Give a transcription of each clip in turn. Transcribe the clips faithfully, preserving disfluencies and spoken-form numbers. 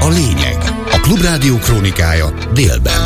a lényeg. A Klubrádió krónikája délben.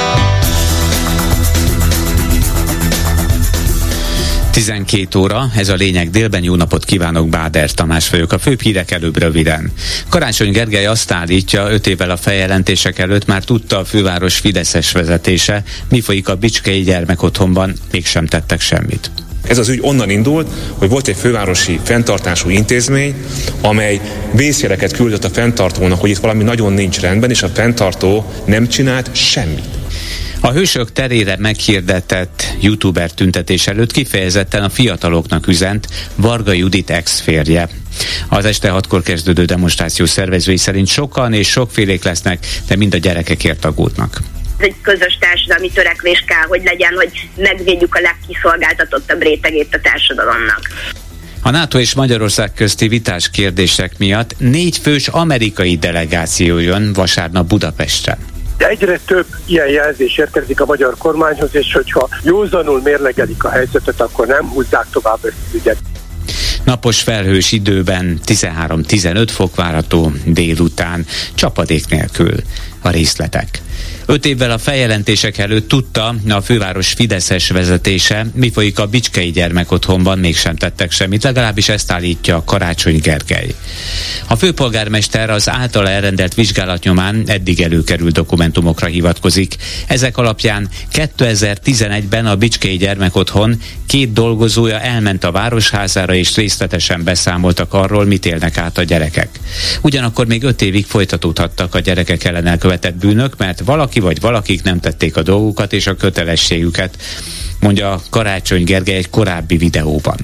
tizenkét óra, ez a lényeg délben. Jó napot kívánok, Báder Tamás vagyok. A főbb hírek előbb röviden. Karácsony Gergely azt állítja, öt évvel a feljelentések előtt már tudta a főváros fideszes vezetése, mi folyik a Bicskei Gyermekotthonban, mégsem tettek semmit. Ez az ügy onnan indult, hogy volt egy fővárosi fenntartású intézmény, amely vészjeleket küldött a fenntartónak, hogy itt valami nagyon nincs rendben, és a fenntartó nem csinált semmit. A Hősök terére meghirdetett youtuber tüntetés előtt kifejezetten a fiataloknak üzent Varga Judit ex-férje. Az este hatkor kezdődő demonstráció szervezői szerint sokan és sokfélék lesznek, de mind a gyerekekért aggódnak. Ez egy közös társadalmi törekvés kell, hogy legyen, hogy megvédjük a legkiszolgáltatottabb rétegét a társadalomnak. A NATO és Magyarország közti vitás kérdések miatt négy fős amerikai delegáció jön vasárnap Budapestre. De egyre több ilyen jelzés érkezik a magyar kormányhoz, és hogyha józanul mérlegelik a helyzetet, akkor nem húzzák tovább ezt az ügyet. Napos felhős időben tizenhárom-tizenöt fok várható, délután csapadék nélkül. A részletek. Öt évvel a feljelentések előtt tudta a főváros fideszes vezetése, mi folyik a Bicskei Gyermekotthonban, mégsem tettek semmit, legalábbis ezt állítja Karácsony Gergely. A főpolgármester az általa elrendelt vizsgálat nyomán eddig előkerült dokumentumokra hivatkozik. Ezek alapján kétezer-tizenegyben a Bicskei Gyermekotthon két dolgozója elment a városházára, és részletesen beszámoltak arról, mit élnek át a gyerekek. Ugyanakkor még öt évig folytatódhattak a gyerekek ellen elkövetett bűnök, mert valaki vagy valakik nem tették a dolgukat és a kötelességüket, mondja Karácsony Gergely egy korábbi videóban.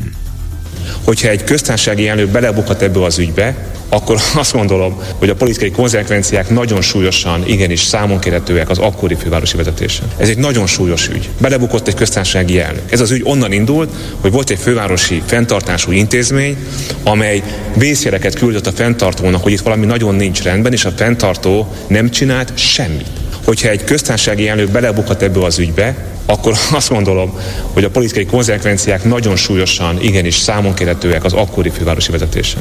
Hogyha egy köztársasági elnök belebukhat ebbe az ügybe, akkor azt gondolom, hogy a politikai konzekvenciák nagyon súlyosan, igenis számon kérhetőek az akkori fővárosi vezetésen. Ez egy nagyon súlyos ügy. Belebukott egy köztársasági elnök. Ez az ügy onnan indult, hogy volt egy fővárosi fenntartású intézmény, amely vészjeleket küldött a fenntartónak, hogy itt valami nagyon nincs rendben, és a fenntartó nem csinált semmit. Hogyha egy köztársasági elnök belebukhat ebbe az ügybe, akkor azt gondolom, hogy a politikai konzekvenciák nagyon súlyosan, igenis számon kérhetőek az akkori fővárosi vezetésen.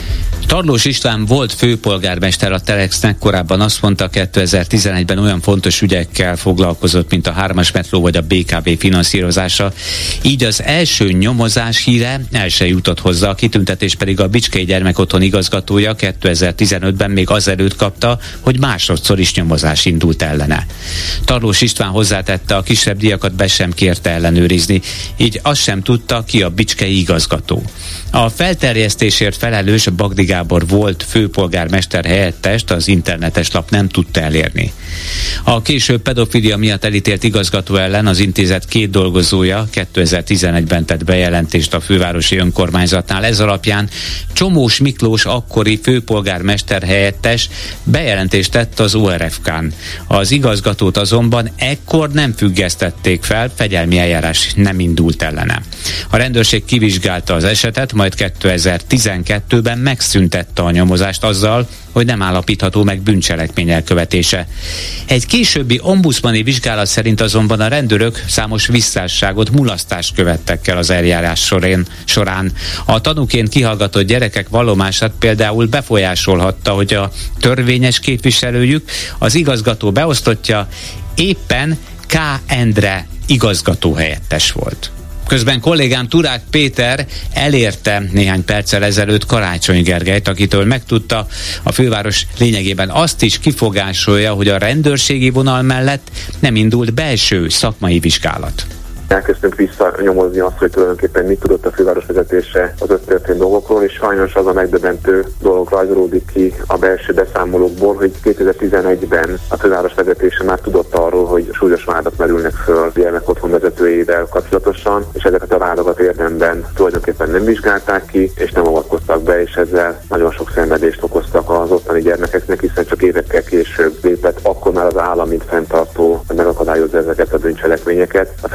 Tarlós István volt főpolgármester a Telexnek, korábban azt mondta, kétezer-tizenegyben olyan fontos ügyekkel foglalkozott, mint a hármas metró vagy a bé ká vé finanszírozása. Így az első nyomozás híre el se jutott hozzá, a kitüntetés pedig a Bicskei Gyermekotthon igazgatója kétezer-tizenötben még azelőtt kapta, hogy másodszor is nyomozás indult ellene. Tarlós István hozzátette, a kisebb díjakat be sem kérte ellenőrizni, így azt sem tudta, ki a bicskei igazgató. A felterjesztésért felelős Bagdi Gábor volt főpolgármester helyettest az internetes lap nem tudta elérni. A később pedofilia miatt elítélt igazgató ellen az intézet két dolgozója kétezer-tizenegyben tett bejelentést a fővárosi önkormányzatnál. Ez alapján Csomós Miklós akkori főpolgármester helyettes bejelentést tett az o er ef ká-n. Az igazgatót azonban ekkor nem függesztették fel, fegyelmi eljárás nem indult ellene. A rendőrség kivizsgálta az esetet, majd kétezer-tizenkettőben megszüntette a nyomozást azzal, hogy nem állapítható meg bűncselekmény elkövetése. Egy későbbi ombudsmani vizsgálat szerint azonban a rendőrök számos visszásságot, mulasztást követtek el az eljárás során. során. A tanúként kihallgatott gyerekek vallomását például befolyásolhatta, hogy a törvényes képviselőjük, az igazgató beosztottja éppen K. Endre igazgató helyettes volt. Közben kollégám Turák Péter elérte néhány perccel ezelőtt Karácsony Gergelyt, akitől megtudta, a főváros lényegében azt is kifogásolja, hogy a rendőrségi vonal mellett nem indult belső szakmai vizsgálat. Elkezdtünk visszanyomozni azt, hogy tulajdonképpen mit tudott a főváros vezetése az öt történt dolgokról, és sajnos az a megdöbbentő dolog rajzolódik ki a belső beszámolókból, hogy kétezer-tizenegyben a főváros vezetése már tudott arról, hogy súlyos vádak merülnek föl a gyermekotthon vezetőjével kapcsolatosan, és ezeket a vádakat érdemben tulajdonképpen nem vizsgálták ki, és nem avatkoztak be, és ezzel nagyon sok szenvedést okoztak az ottani gyermekeknek, hiszen csak évekkel később lépett, akkor már az állam, mint fenntartó, megakadályozza ezeket a bűncselekményeket. A fővárosi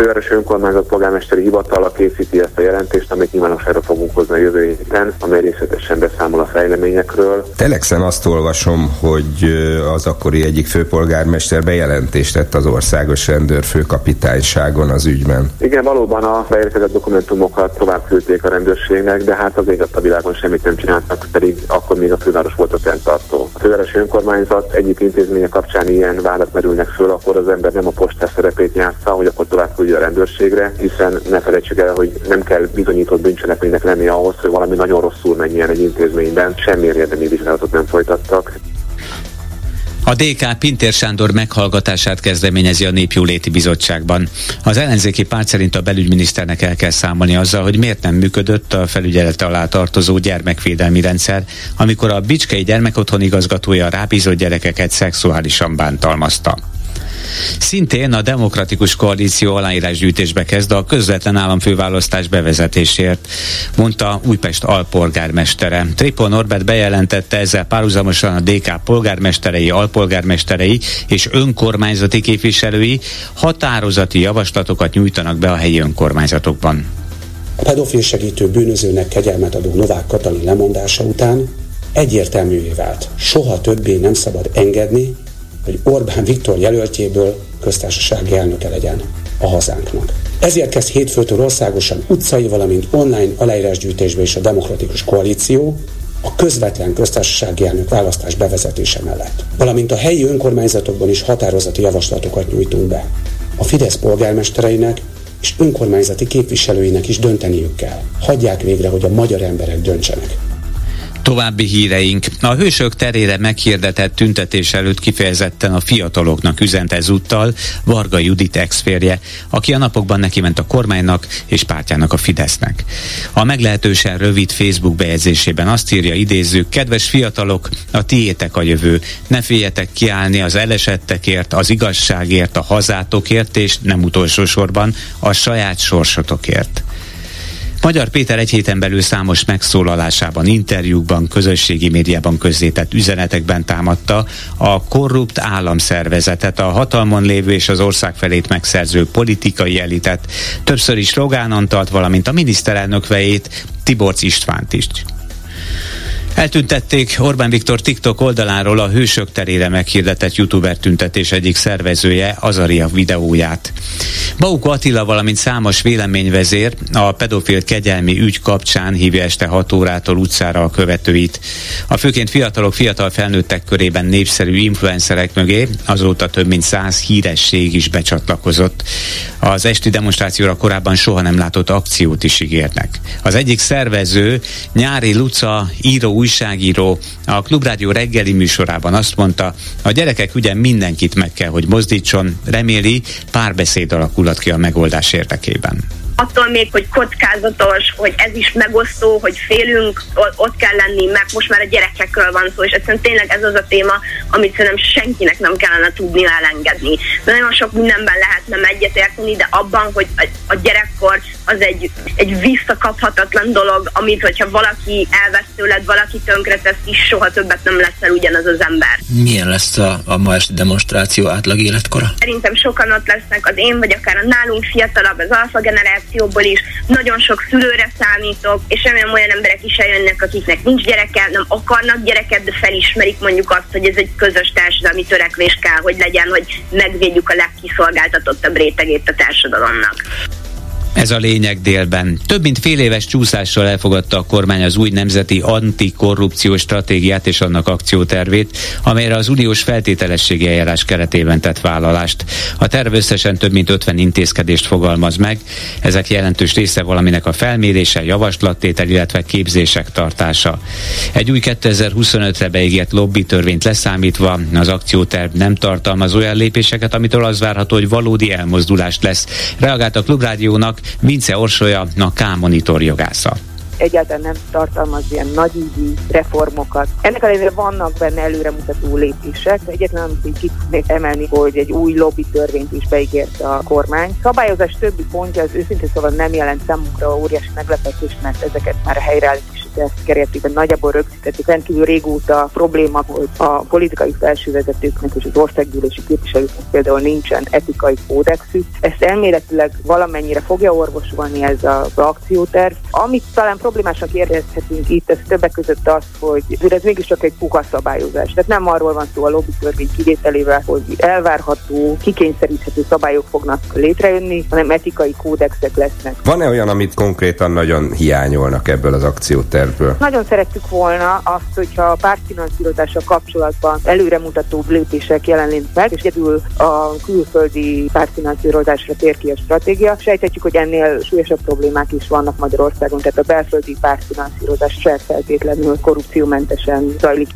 önkormányzat polgármesteri hivatala készíti ezt a jelentést, amit nyilvánosságra fogunk hozni a jövő héten, amely részletesen beszámol a fejleményekről. Telexen azt olvasom, hogy az akkori egyik főpolgármester bejelentést tett az országos rendőrfőkapitányságon az ügyben. Igen, valóban a beérkezett dokumentumokat tovább küldték a rendőrségnek, de hát az ég a világon semmit nem csináltak, pedig akkor még a főváros volt a fenntartó. A fővárosi önkormányzat egyik intézménye kapcsán ilyen vádak merülnek föl, akkor az ember nem a postás szerepét játsza, hogy akkor tovább küldje a rendőrségre, hiszen ne felejtsük el, hogy nem kell bizonyított bűncselekménynek lenni ahhoz, hogy valami nagyon rosszul menjen egy intézményben, semmi érdemi vizsgálatot nem folytattak. A dé ká Pintér Sándor meghallgatását kezdeményezi a Népjóléti Bizottságban. Az ellenzéki párt szerint a belügyminiszternek el kell számolni azzal, hogy miért nem működött a felügyelete alá tartozó gyermekvédelmi rendszer, amikor a Bicskei Gyermekotthon igazgatója a rábízott gyerekeket szexuálisan bántalmazta. Szintén a Demokratikus Koalíció aláírásgyűjtésbe kezd a közvetlen államfőválasztás bevezetésért, mondta Újpest alpolgármestere. Tripon Norbert bejelentette ezzel párhuzamosan a dé ká polgármesterei, alpolgármesterei és önkormányzati képviselői határozati javaslatokat nyújtanak be a helyi önkormányzatokban. A pedofil segítő bűnözőnek kegyelmet adó Novák Katalin lemondása után egyértelművé vált, soha többé nem szabad engedni, hogy Orbán Viktor jelöltjéből köztársasági elnöke legyen a hazánknak. Ezért kezd hétfőtől országosan utcai, valamint online aláírásgyűjtésbe is a Demokratikus Koalíció a közvetlen köztársasági elnök választás bevezetése mellett. Valamint a helyi önkormányzatokban is határozati javaslatokat nyújtunk be. A Fidesz polgármestereinek és önkormányzati képviselőinek is dönteniük kell. Hagyják végre, hogy a magyar emberek döntsenek. További híreink. A Hősök terére meghirdetett tüntetés előtt kifejezetten a fiataloknak üzent ezúttal Varga Judit ex-férje, aki a napokban nekiment a kormánynak és pártjának, a Fidesznek. A meglehetősen rövid Facebook bejegyzésében azt írja, idézzük: kedves fiatalok, a tiétek a jövő. Ne féljetek kiállni az elesettekért, az igazságért, a hazátokért, és nem utolsó sorban a saját sorsotokért. Magyar Péter egy héten belül számos megszólalásában, interjúkban, közösségi médiában közzétett üzenetekben támadta a korrupt államszervezetet, a hatalmon lévő és az ország felét megszerző politikai elitet, többször is Rogán Antalt, valamint a miniszterelnök vejét, Tiborcs Istvánt is. Eltüntették Orbán Viktor TikTok oldaláról a Hősök terére meghirdetett youtuber tüntetés egyik szervezője Azaria videóját. Baukó Attila, valamint számos véleményvezér a pedofil kegyelmi ügy kapcsán hívja este hat órától utcára a követőit. A főként fiatalok, fiatal felnőttek körében népszerű influencerek mögé azóta több mint száz híresség is becsatlakozott. Az esti demonstrációra korábban soha nem látott akciót is ígérnek. Az egyik szervező, Nyári Luca, író, újságíró, a Klubrádió reggeli műsorában azt mondta, a gyerekek ügyen mindenkit meg kell, hogy mozdítson, reméli, párbeszéd alakulhat ki a megoldás érdekében. Attól még, hogy kockázatos, hogy ez is megosztó, hogy félünk, ott kell lenni, mert most már a gyerekekről van szó, és egyszerűen tényleg ez az a téma, amit szerintem senkinek nem kellene tudni elengedni. De nagyon sok mindenben lehetne egyetérteni, de abban, hogy a gyerekkor az egy, egy visszakaphatatlan dolog, amit, hogyha valaki elvesz tőled, valaki tönkretesz, is soha többet nem leszel ugyanaz az ember. Milyen lesz a, a ma esti demonstráció átlag életkora? Szerintem sokan ott lesznek, az én, vagy akár a nálunk fiatalabb, az alfa generációból is. Nagyon sok szülőre számítok, és remélem olyan emberek is eljönnek, akiknek nincs gyereke, nem akarnak gyereket, de felismerik mondjuk azt, hogy ez egy közös társadalmi törekvés kell, hogy legyen, hogy megvédjük a legkiszolgáltatottabb rétegét a társadalomnak. Ez a lényeg délben. Több mint fél éves csúszással elfogadta a kormány az új nemzeti antikorrupciós stratégiát és annak akciótervét, amelyre az uniós feltételességi eljárás keretében tett vállalást. A terv összesen több mint ötven intézkedést fogalmaz meg, ezek jelentős része valaminek a felmérése, javaslattétel, illetve képzések tartása. Egy új kétezer-huszonötre beígért lobby törvényt leszámítva az akcióterv nem tartalmaz olyan lépéseket, amitől az várható, hogy valódi elmozdulást lesz. Reagált a Klubrádiónak Vince Orsolya, a K-Monitor jogásza. Egyáltalán nem tartalmaz ilyen nagyügyi reformokat. Ennek ellenére vannak benne előremutató lépések. Egyetlen, amit így ki tudnék emelni, hogy egy új lobby törvényt is beígért a kormány. Szabályozás többi pontja az őszintén szóval nem jelent számunkra óriási meglepetést, mert ezeket már a helyreállítási akcióterv keretében nagyjából rögzítették. Rendkívül régóta probléma, hogy a politikai felsővezetőknek és az országgyűlési képviselőknek például nincsen etikai kódexük. Ezt elméletileg valamennyire fogja orvosolni ez az akcióterv. Amit talán problémásnak érezhetünk itt, ez többek között az, hogy ez mégiscsak egy puha szabályozás. Tehát nem arról van szó a lobbitörvény kivételével, hogy elvárható, kikényszeríthető szabályok fognak létrejönni, hanem etikai kódexek lesznek. Van-e olyan, amit konkrétan nagyon hiányolnak ebből az akciótervből? Nagyon szerettük volna azt, hogyha a pártfinanszírozással kapcsolatban előremutatóbb lépések jelennének meg, és egyedül a külföldi pártfinanszírozásra tér ki a stratégia. Sejthetjük, hogy ennél súlyosabb problémák is vannak Magyarországon, tehát a belföldi pártfinanszírozás se feltétlenül korrupciómentesen zajlik.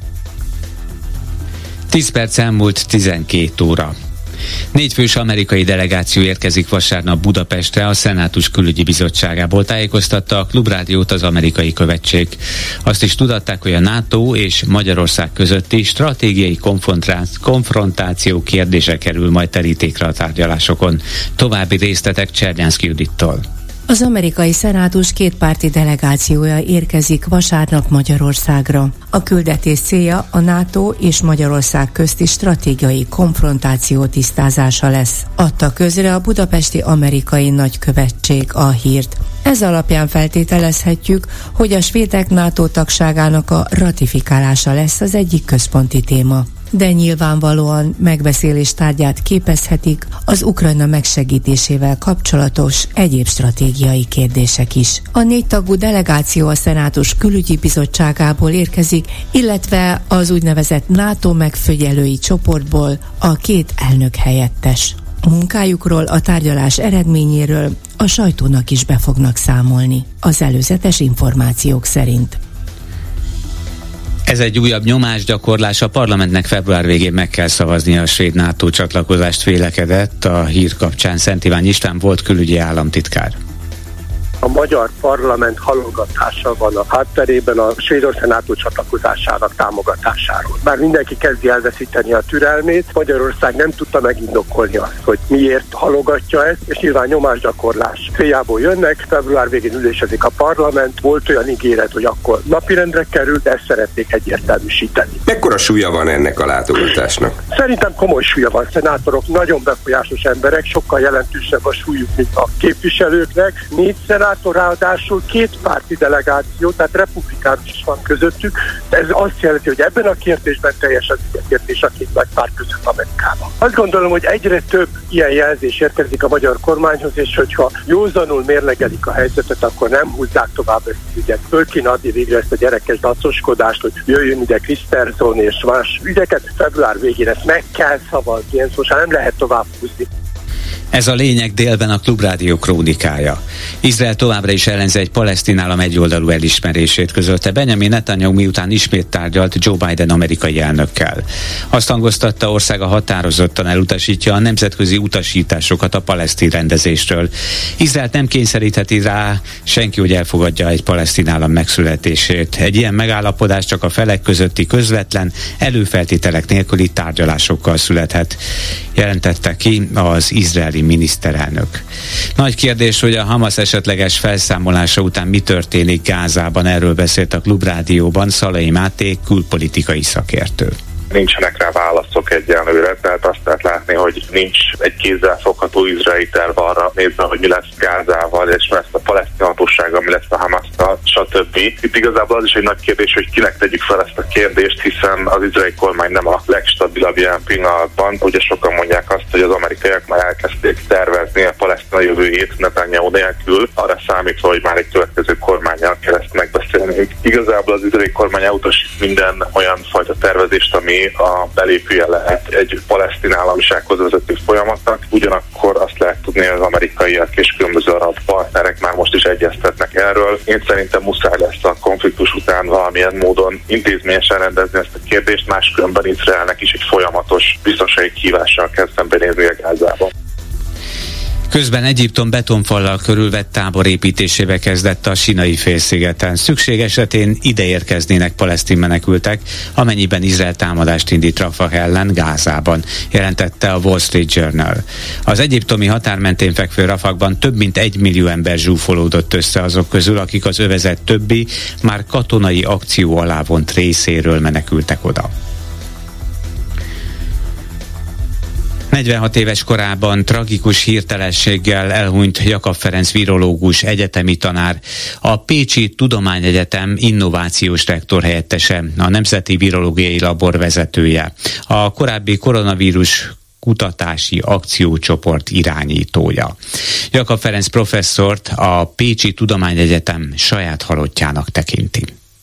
tíz perc elmúlt tizenkét óra. Négy fős amerikai delegáció érkezik vasárnap Budapestre a Szenátus Külügyi Bizottságából, tájékoztatta a Klubrádiót az amerikai követség. Azt is tudatták, hogy a NATO és Magyarország közötti stratégiai konfrontáció kérdése kerül majd terítékre a tárgyalásokon. További részletek Csernyánszky Judittól. Az amerikai szenátus kétpárti delegációja érkezik vasárnap Magyarországra. A küldetés célja a NATO és Magyarország közti stratégiai konfrontáció tisztázása lesz. Adta közre a budapesti amerikai nagykövetség a hírt. Ez alapján feltételezhetjük, hogy a svédek NATO tagságának a ratifikálása lesz az egyik központi téma. De nyilvánvalóan megbeszélés tárgyát képezhetik az Ukrajna megsegítésével kapcsolatos egyéb stratégiai kérdések is. A négy tagú delegáció a Szenátus Külügyi Bizottságából érkezik, illetve az úgynevezett NATO megfigyelői csoportból a két elnök helyettes. Munkájukról, a tárgyalás eredményéről a sajtónak is be fognak számolni, az előzetes információk szerint. Ez egy újabb nyomásgyakorlás, a parlamentnek február végén meg kell szavazni a svéd NATO csatlakozást, vélekedett a hír kapcsán Szent Iván István volt külügyi államtitkár. A magyar parlament halogatása van a hátterében a Svédország NATO csatlakozásának támogatásáról. Bár mindenki kezdi elveszíteni a türelmét, Magyarország nem tudta megindokolni azt, hogy miért halogatja ezt, és nyilván nyomásgyakorlás céljából jönnek. Február végén ülésezik a parlament, volt olyan ígéret, hogy akkor napirendre kerül, de ezt szeretnék egyértelműsíteni. Mekkora súlya van ennek a látogatásnak? Szerintem komoly súlya van. Szenátorok nagyon befolyásos emberek, sokkal jelentősebb a súlyuk, mint a képviselőknek. Négy szenátor, ráadásul két párti delegáció, tehát republikánus is van közöttük. Ez azt jelenti, hogy ebben a kérdésben teljes az egyetértés a két nagy párt között Amerikában. Azt gondolom, hogy egyre több ilyen jelzés érkezik a magyar kormányhoz, és hogyha józanul mérlegelik a helyzetet, akkor nem húzzák tovább ezt az ügyet. Föl kéne adni végre ezt a gyerekes dacoskodást, hogy jöjjön ide Kriszterson és más ügyeket. Február végén ezt meg kell szavazni, ezt most nem lehet tovább húzni. Ez a lényeg délben a Klubrádió krónikája. Izrael továbbra is ellenzi egy palesztin állam egyoldalú elismerését, közölte Benjamin Netanyahu, miután ismét tárgyalt Joe Biden amerikai elnökkel. Azt hangoztatta, országa határozottan elutasítja a nemzetközi utasításokat a palesztin rendezésről. Izraelt nem kényszerítheti rá senki, hogy elfogadja egy palesztin állam megszületését. Egy ilyen megállapodás csak a felek közötti közvetlen, előfeltételek nélküli tárgyalásokkal születhet, jelentette ki az izraeli miniszterelnök. Nagy kérdés, hogy a Hamas esetleges felszámolása után mi történik Gázában, erről beszélt a Klubrádióban Szalai Máté külpolitikai szakértő. Nincsenek rá válaszok egyenlőre, tehát azt lehet látni, hogy nincs egy kézzelfogható izraeli terv arra nézve, hogy mi lesz Gázával, és mi lesz a palesztin hatósággal, mi lesz a Hamasszal, stb. Itt igazából az is egy nagy kérdés, hogy kinek tegyük fel ezt a kérdést, hiszen az izraeli kormány nem a legstabilabb ilyen pillanatban. Ugye sokan mondják azt, hogy az amerikaiak már elkezdték tervezni a palesztina jövőjét Netanyahu nélkül, arra számítva, hogy már egy következő kormánnyal kell ezt megbeszélni. Igazából az izraeli kormány elutasít minden olyan fajta tervezést, ami a belépője lehet egy palesztin államisághoz vezető folyamatnak. Ugyanakkor azt lehet tudni, hogy az amerikaiak és különböző arab partnerek már most is egyeztetnek erről. Én szerintem muszáj lesz a konfliktus után valamilyen módon intézményesen rendezni ezt a kérdést, máskülönben Izraelnek is egy folyamatos biztonsági kihívással kell szembenézni a Gázában. Közben Egyiptom betonfallal körülvett tábor építésébe kezdett a Sinai félszigeten. Szükség esetén ide érkeznének palesztin menekültek, amennyiben Izrael támadást indít Rafah ellen Gázában, jelentette a Wall Street Journal. Az egyiptomi határ mentén fekvő Rafahban több mint egy millió ember zsúfolódott össze azok közül, akik az övezet többi, már katonai akció alá vont részéről menekültek oda. negyvenhat éves korában tragikus hirtelenséggel elhunyt Jakab Ferenc virológus, egyetemi tanár, a Pécsi Tudományegyetem innovációs rektor helyettese, a Nemzeti Virológiai Labor vezetője, a korábbi koronavírus kutatási akciócsoport irányítója. Jakab Ferenc professzort a Pécsi Tudományegyetem saját halottjának tekinti.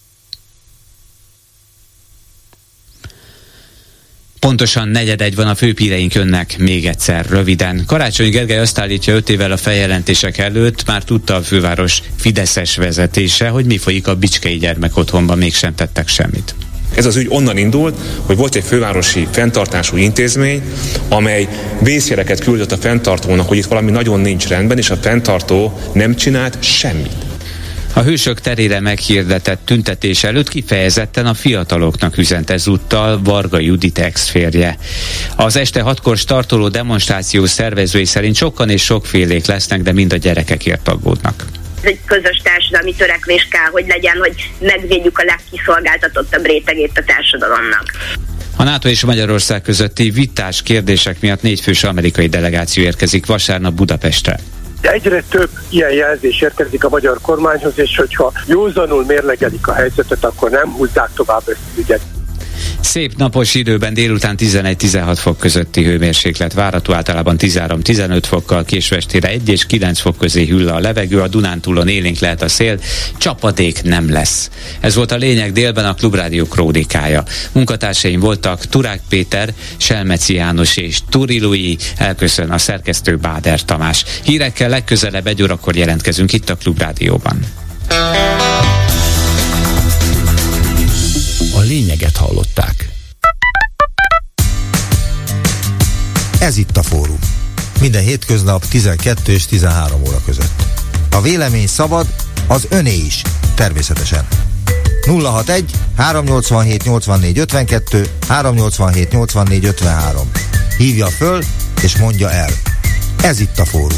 Pontosan negyedegy van, a főpíreink jönnek még egyszer röviden. Karácsony Gergely azt állítja, öt évvel a feljelentések előtt már tudta a főváros fideszes vezetése, hogy mi folyik a Bicskei Gyermekotthonban, mégsem tettek semmit. Ez az ügy onnan indult, hogy volt egy fővárosi fenntartású intézmény, amely vészjeleket küldött a fenntartónak, hogy itt valami nagyon nincs rendben, és a fenntartó nem csinált semmit. A Hősök terére meghirdetett tüntetés előtt kifejezetten a fiataloknak üzent ezúttal Varga Judit ex-férje. Az este hatkor startoló demonstráció szervezői szerint sokan és sokfélék lesznek, de mind a gyerekekért aggódnak. Ez egy közös társadalmi törekvés kell, hogy legyen, hogy megvédjük a legkiszolgáltatottabb rétegét a társadalomnak. A NATO és Magyarország közötti vitás kérdések miatt négy fős amerikai delegáció érkezik vasárnap Budapestre. Egyre több ilyen jelzés érkezik a magyar kormányhoz, és hogyha józanul mérlegelik a helyzetet, akkor nem húzzák tovább ezt az ügyet. Szép napos időben délután tizenegy-tizenhat fok közötti hőmérséklet várható, általában tizenhárom-tizenöt fokkal, késő estére egy és kilenc fok közé hűl a levegő, a Dunántúlon élénk lehet a szél, csapadék nem lesz. Ez volt a lényeg délben, a Klubrádió krónikája. Munkatársaim voltak Turák Péter, Selmeci János és Turi Lui, elköszön a szerkesztő Báder Tamás. Hírekkel legközelebb egy órakor jelentkezünk itt a Klubrádióban. A lényeget hallották. Ez itt a Fórum. Minden hétköznap tizenkettő és tizenhárom óra között. A vélemény szabad, az öné is, természetesen. nulla hatvanegy, háromnyolcvanhét, nyolcvannégy, ötvenkettő, háromnyolcvanhét, nyolcvannégy, ötvenhárom. Hívja föl és mondja el. Ez itt a Fórum.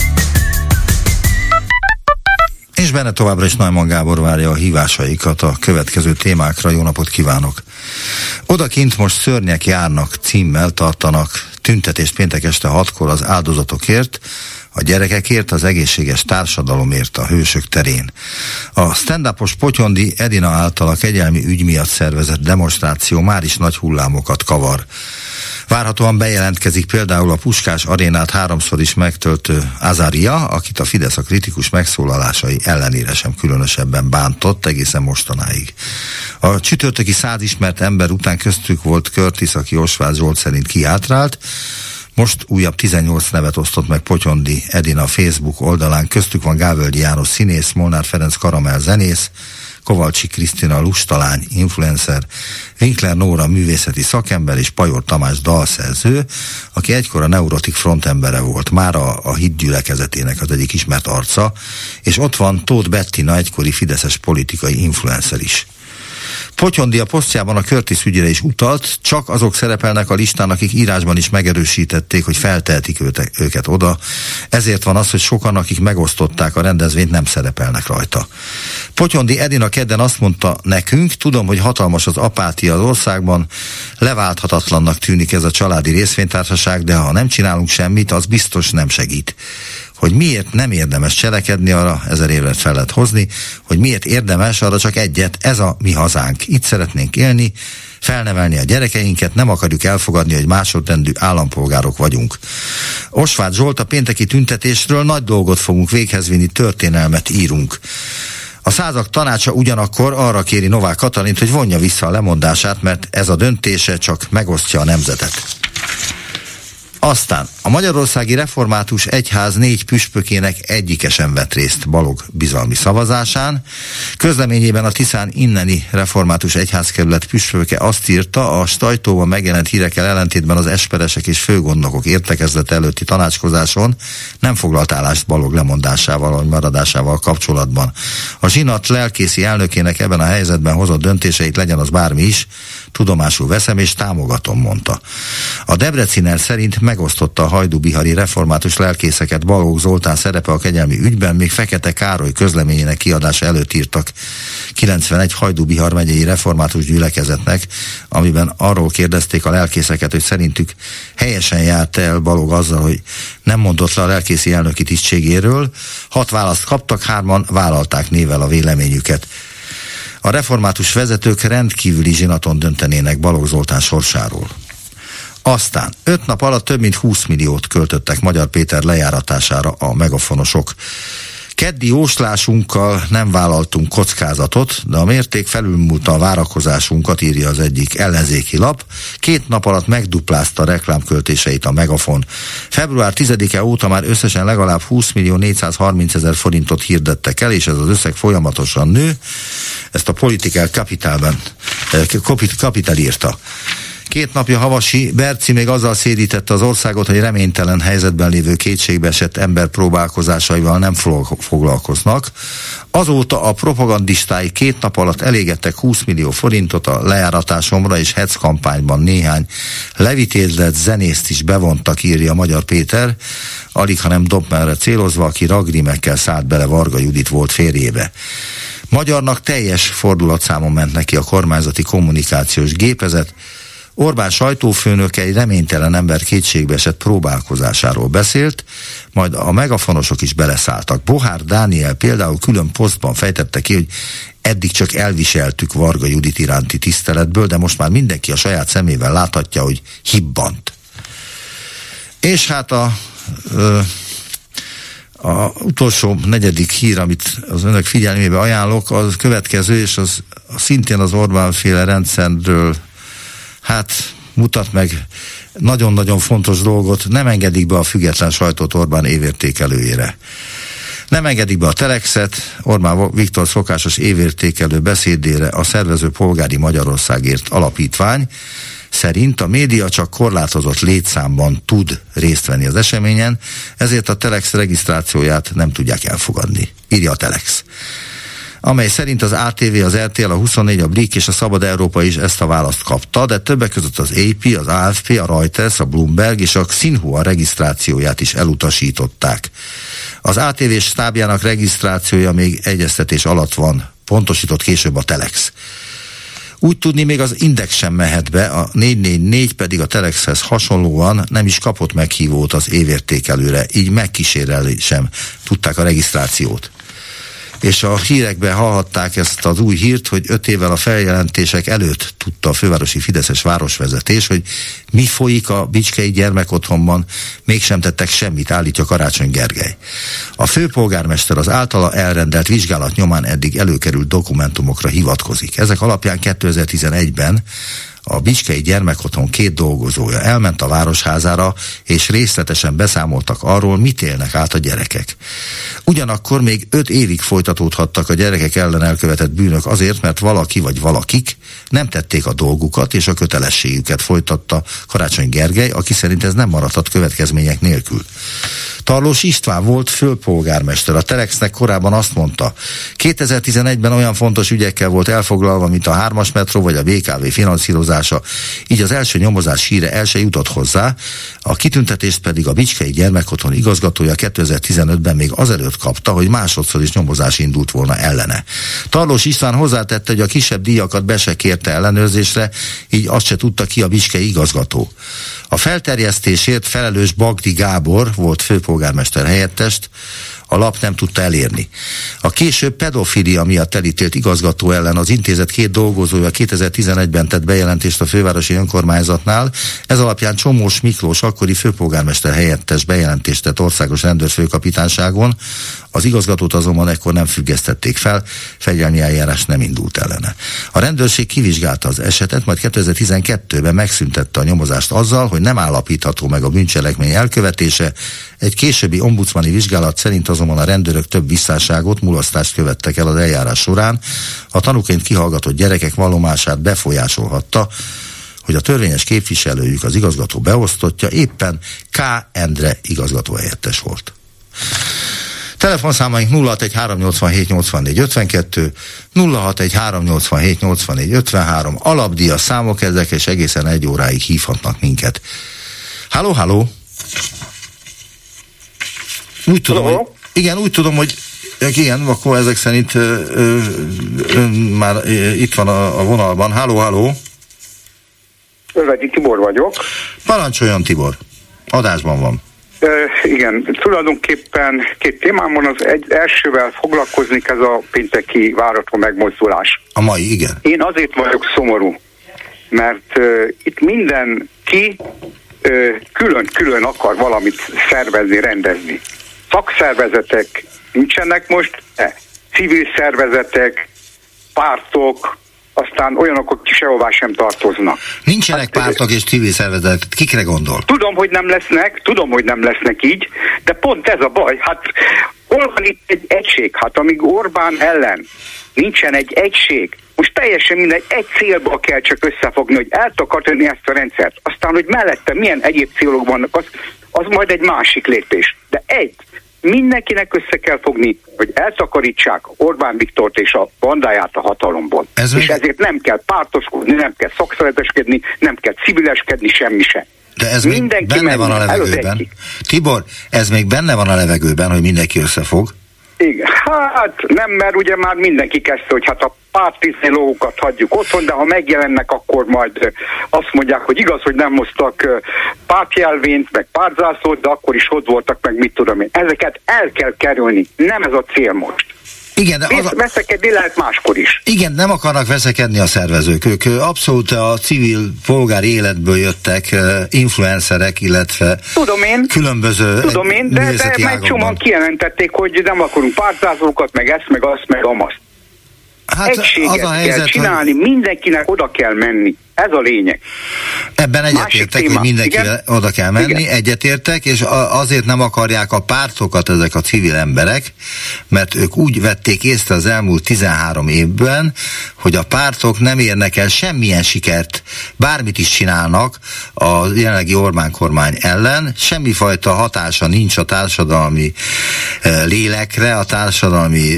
És benne továbbra is Neumann Gábor várja a hívásaikat a következő témákra. Jó napot kívánok! Odakint most szörnyek járnak címmel tartanak tüntetést péntek este hatkor az áldozatokért, a gyerekekért, az egészséges társadalomért a Hősök terén. A stand-upos Potyondi Edina által a kegyelmi ügy miatt szervezett demonstráció már is nagy hullámokat kavar. Várhatóan bejelentkezik például a Puskás arénát háromszor is megtöltő Azaria, akit a Fidesz a kritikus megszólalásai ellenére sem különösebben bántott egészen mostanáig. A csütörtöki száz ismert ember után köztük volt Curtis, aki Osváth Zsolt szerint kiátrált. Most újabb tizennyolc nevet osztott meg Potyondi Edina Facebook oldalán, köztük van Gávölgyi János színész, Molnár Ferenc Karamell zenész, Kovalcsi Krisztina lustalány influencer, Winkler Nóra művészeti szakember és Pajor Tamás dalszerző, aki egykor a Neurotik frontembere volt, már a, a hit gyülekezetének az egyik ismert arca, és ott van Tóth Bettina, egykori fideszes politikai influencer is. Potyondi a posztjában a Curtis ügyre is utalt, csak azok szerepelnek a listán, akik írásban is megerősítették, hogy feltehetik őte, őket oda. Ezért van az, hogy sokan, akik megosztották a rendezvényt, nem szerepelnek rajta. Potyondi Edina kedden azt mondta nekünk, tudom, hogy hatalmas az apátia az országban, leválthatatlannak tűnik ez a családi részvénytársaság, de ha nem csinálunk semmit, az biztos nem segít. Hogy miért nem érdemes cselekedni, arra ezer évet fel lehet hozni, hogy miért érdemes, arra csak egyet, ez a mi hazánk. Itt szeretnénk élni, felnevelni a gyerekeinket, nem akarjuk elfogadni, hogy másodrendű állampolgárok vagyunk. Osváth Zsolt a pénteki tüntetésről: nagy dolgot fogunk véghez vinni, történelmet írunk. A Százak Tanácsa ugyanakkor arra kéri Novák Katalint, hogy vonja vissza a lemondását, mert ez a döntése csak megosztja a nemzetet. Aztán a Magyarországi Református Egyház négy püspökének egyike sem vett részt Balogh bizalmi szavazásán. Közleményében a Tiszán inneni Református Egyházkerület püspöke azt írta, a sajtóban megjelent hírekkel ellentétben az esperesek és főgondnokok értekezlete előtti tanácskozáson nem foglalt állást Balogh lemondásával vagy maradásával kapcsolatban. A zsinat lelkészi elnökének ebben a helyzetben hozott döntéseit, legyen az bármi is, tudomásul veszem és támogatom, mondta. A Debreciner szerint megosztotta a hajdúbihari református lelkészeket Balogh Zoltán szerepe a kegyelmi ügyben, még Fekete Károly közleményének kiadása előtt írtak kilencvenegy Hajdú-Bihar megyei református gyülekezetnek, amiben arról kérdezték a lelkészeket, hogy szerintük helyesen járt el Balogh azzal, hogy nem mondott le a lelkészi elnöki tisztségéről. Hat választ kaptak, hárman vállalták névvel a véleményüket. A református vezetők rendkívüli zsinaton döntenének Balogh Zoltán sorsáról. Aztán öt nap alatt több mint húsz milliót költöttek Magyar Péter lejáratására a megafonosok. Keddi jóslásunkkal nem vállaltunk kockázatot, de a mérték felülmúlta a várakozásunkat, írja az egyik ellenzéki lap. Két nap alatt megduplázta a reklámköltéseit a Megafon. február tizedike óta már összesen legalább húsz millió négyszázharmincezer forintot hirdettek el, és ez az összeg folyamatosan nő. Ezt a Political Capitalben Capital írta. Két napja Havasi Berci még azzal szédítette az országot, hogy reménytelen helyzetben lévő kétségbeesett ember próbálkozásaival nem foglalkoznak. Azóta a propagandistái két nap alatt elégettek húsz millió forintot a lejáratásomra, és hetz kampányban néhány levitézlett zenészt is bevontak, írja Magyar Péter, alig hanem Dobmerre célozva, aki ragrimekkel szállt bele Varga Judit volt férjébe. Magyarnak teljes fordulatszámon ment neki a kormányzati kommunikációs gépezet. Orbán sajtófőnöke egy reménytelen ember kétségbeesett próbálkozásáról beszélt, majd a megafonosok is beleszálltak. Bohár Dániel például külön posztban fejtette ki, hogy eddig csak elviseltük Varga Judit iránti tiszteletből, de most már mindenki a saját szemével láthatja, hogy hibbant. És hát a... Ö, A utolsó negyedik hír, amit az önök figyelmébe ajánlok, az következő, és az szintén az Orbán-féle rendszerről hát mutat meg nagyon-nagyon fontos dolgot. Nem engedik be a független sajtót Orbán évértékelőjére. Nem engedik be a Telexet, Orbán Viktor szokásos évértékelő beszédére a szervező Polgári Magyarországért alapítvány szerint a média csak korlátozott létszámban tud részt venni az eseményen, ezért a Telex regisztrációját nem tudják elfogadni, írja a Telex. Amely szerint az á té vé, az er té el, a huszonnégy, a Blik és a Szabad Európa is ezt a választ kapta, de többek között az á pé, az á ef pé, a Reuters, a Bloomberg és a Xinhua regisztrációját is elutasították. Az á té vé stábjának regisztrációja még egyeztetés alatt van, pontosított később a Telex. Úgy tudni, még az Index sem mehet be, a négy négy négy pedig a Telexhez hasonlóan nem is kapott meghívót az évértékelőre, így megkísérelni sem tudták a regisztrációt. És a hírekben hallhatták ezt az új hírt, hogy öt évvel a feljelentések előtt tudta a fővárosi fideszes városvezetés, hogy mi folyik a Bicskei gyermekotthonban, mégsem tettek semmit, állítja Karácsony Gergely. A főpolgármester az általa elrendelt vizsgálat nyomán eddig előkerült dokumentumokra hivatkozik. Ezek alapján kétezer-tizenegyben a Bicskei gyermekotthon két dolgozója elment a városházára, és részletesen beszámoltak arról, mit élnek át a gyerekek. Ugyanakkor még öt évig folytatódhattak a gyerekek ellen elkövetett bűnök azért, mert valaki vagy valakik nem tették a dolgukat, és a kötelességüket, folytatta Karácsony Gergely, aki szerint ez nem maradhat következmények nélkül. Tarlós István volt főpolgármester. A Telexnek korábban azt mondta, kétezer-tizenegyben olyan fontos ügyekkel volt elfoglalva, mint a hármas metró vagy a bé ká vé finanszírozása, így az első nyomozás híre el se jutott hozzá, a kitüntetést pedig a Bicskei gyermekotthon igazgatója kétezer-tizenötben még azelőtt kapta, hogy másodszor is nyomozás indult volna ellene. Tarlós István hozzátette, hogy a kisebb díjakat be se kérte ellenőrzésre, így azt se tudta ki a bicskei igazgató. A felterjesztésért felelős Bagdi Gábor volt főpolgármester helyettest, a lap nem tudta elérni. A később pedofilia miatt elítélt igazgató ellen az intézet két dolgozója kétezer-tizenegyben tett bejelentést a fővárosi önkormányzatnál. Ez alapján Csomós Miklós, akkori főpolgármester helyettes bejelentést tett országos rendőrfőkapitányságon. Az igazgatót azonban ekkor nem függesztették fel, fegyelmi eljárás nem indult ellene. A rendőrség kivizsgálta az esetet, majd kétezer-tizenkettőben megszüntette a nyomozást azzal, hogy nem állapítható meg a bűncselekmény elkövetése. Egy későbbi ombudsmani vizsgálat szerint azonban a rendőrök több visszásságot, mulasztást követtek el az eljárás során. A tanúként kihallgatott gyerekek vallomását befolyásolhatta, hogy a törvényes képviselőjük, az igazgató beosztottja éppen K. Endre igazgatóhelyettes volt. Telefonszámaink nulla hat egy három nyolcvanhét nyolcvannégy ötvenkettő, nulla hat egy három nyolcvanhét nyolcvannégy ötvenhárom, alapdíjas számok ezek, és egészen egy óráig hívhatnak minket. Halló, halló! Úgy tudom, hogy, igen, úgy tudom, hogy igen, akkor ezek szerint ö, ö, ö, már ö, itt van a, a vonalban. Halló, halló! Örvegyi Tibor vagyok. Parancsoljon, Tibor. Adásban van. Uh, igen, tulajdonképpen két témám van, az egy, elsővel foglalkozni, ez a pénteki várható megmozdulás. A mai, igen. Én azért vagyok szomorú, mert uh, itt mindenki uh, külön-külön akar valamit szervezni, rendezni. Szakszervezetek nincsenek most, de civil szervezetek, pártok, aztán olyanok, akik sehová sem tartoznak. Nincsenek hát, pártok és civil szervezetek, kikre gondol? Tudom, hogy nem lesznek, tudom, hogy nem lesznek így, de pont ez a baj. Hát hol van itt egy egység? Hát amíg Orbán ellen nincsen egy egység, most teljesen mindegy, egy célba kell csak összefogni, hogy eltakartani ezt a rendszert. Aztán, hogy mellette milyen egyéb célok vannak, az, az majd egy másik lépés. De egy, mindenkinek össze kell fogni, hogy eltakarítsák Orbán Viktort és a bandáját a hatalomból. Ez és még... ezért nem kell pártoskodni, nem kell szakszervezeteskedni, nem kell civileskedni, semmi sem. De ez mindenki még benne van a levegőben. Tibor, ez még benne van a levegőben, hogy mindenki összefog? Igen, hát nem, mert ugye már mindenki kezdte, hogy hát a pártizélókat hagyjuk otthon, de ha megjelennek, akkor majd azt mondják, hogy igaz, hogy nem hoztak pártjelvényt, meg pártzászlót, de akkor is ott voltak, meg mit tudom én. Ezeket el kell kerülni, nem ez a cél most. Igen, de az a... veszekedni lehet máskor is. Igen, nem akarnak veszekedni a szervezők. Ők abszolút a civil polgári életből jöttek, influencerek, illetve tudom én, különböző tudom én, de, de meg csomóan kijelentették, hogy nem akarunk pártzászlókat, meg ezt, meg azt, meg amazt. Hát egységet helyzet, kell csinálni, hogy... mindenkinek oda kell menni. Ez a lényeg. Ebben egyetértek, hogy mindenki igen? oda kell menni, igen. Egyetértek, és azért nem akarják a pártokat ezek a civil emberek, mert ők úgy vették észre az elmúlt tizenhárom évben, hogy a pártok nem érnek el semmilyen sikert, bármit is csinálnak a jelenlegi Orbán kormány ellen, semmifajta hatása nincs a társadalmi lélekre, a társadalmi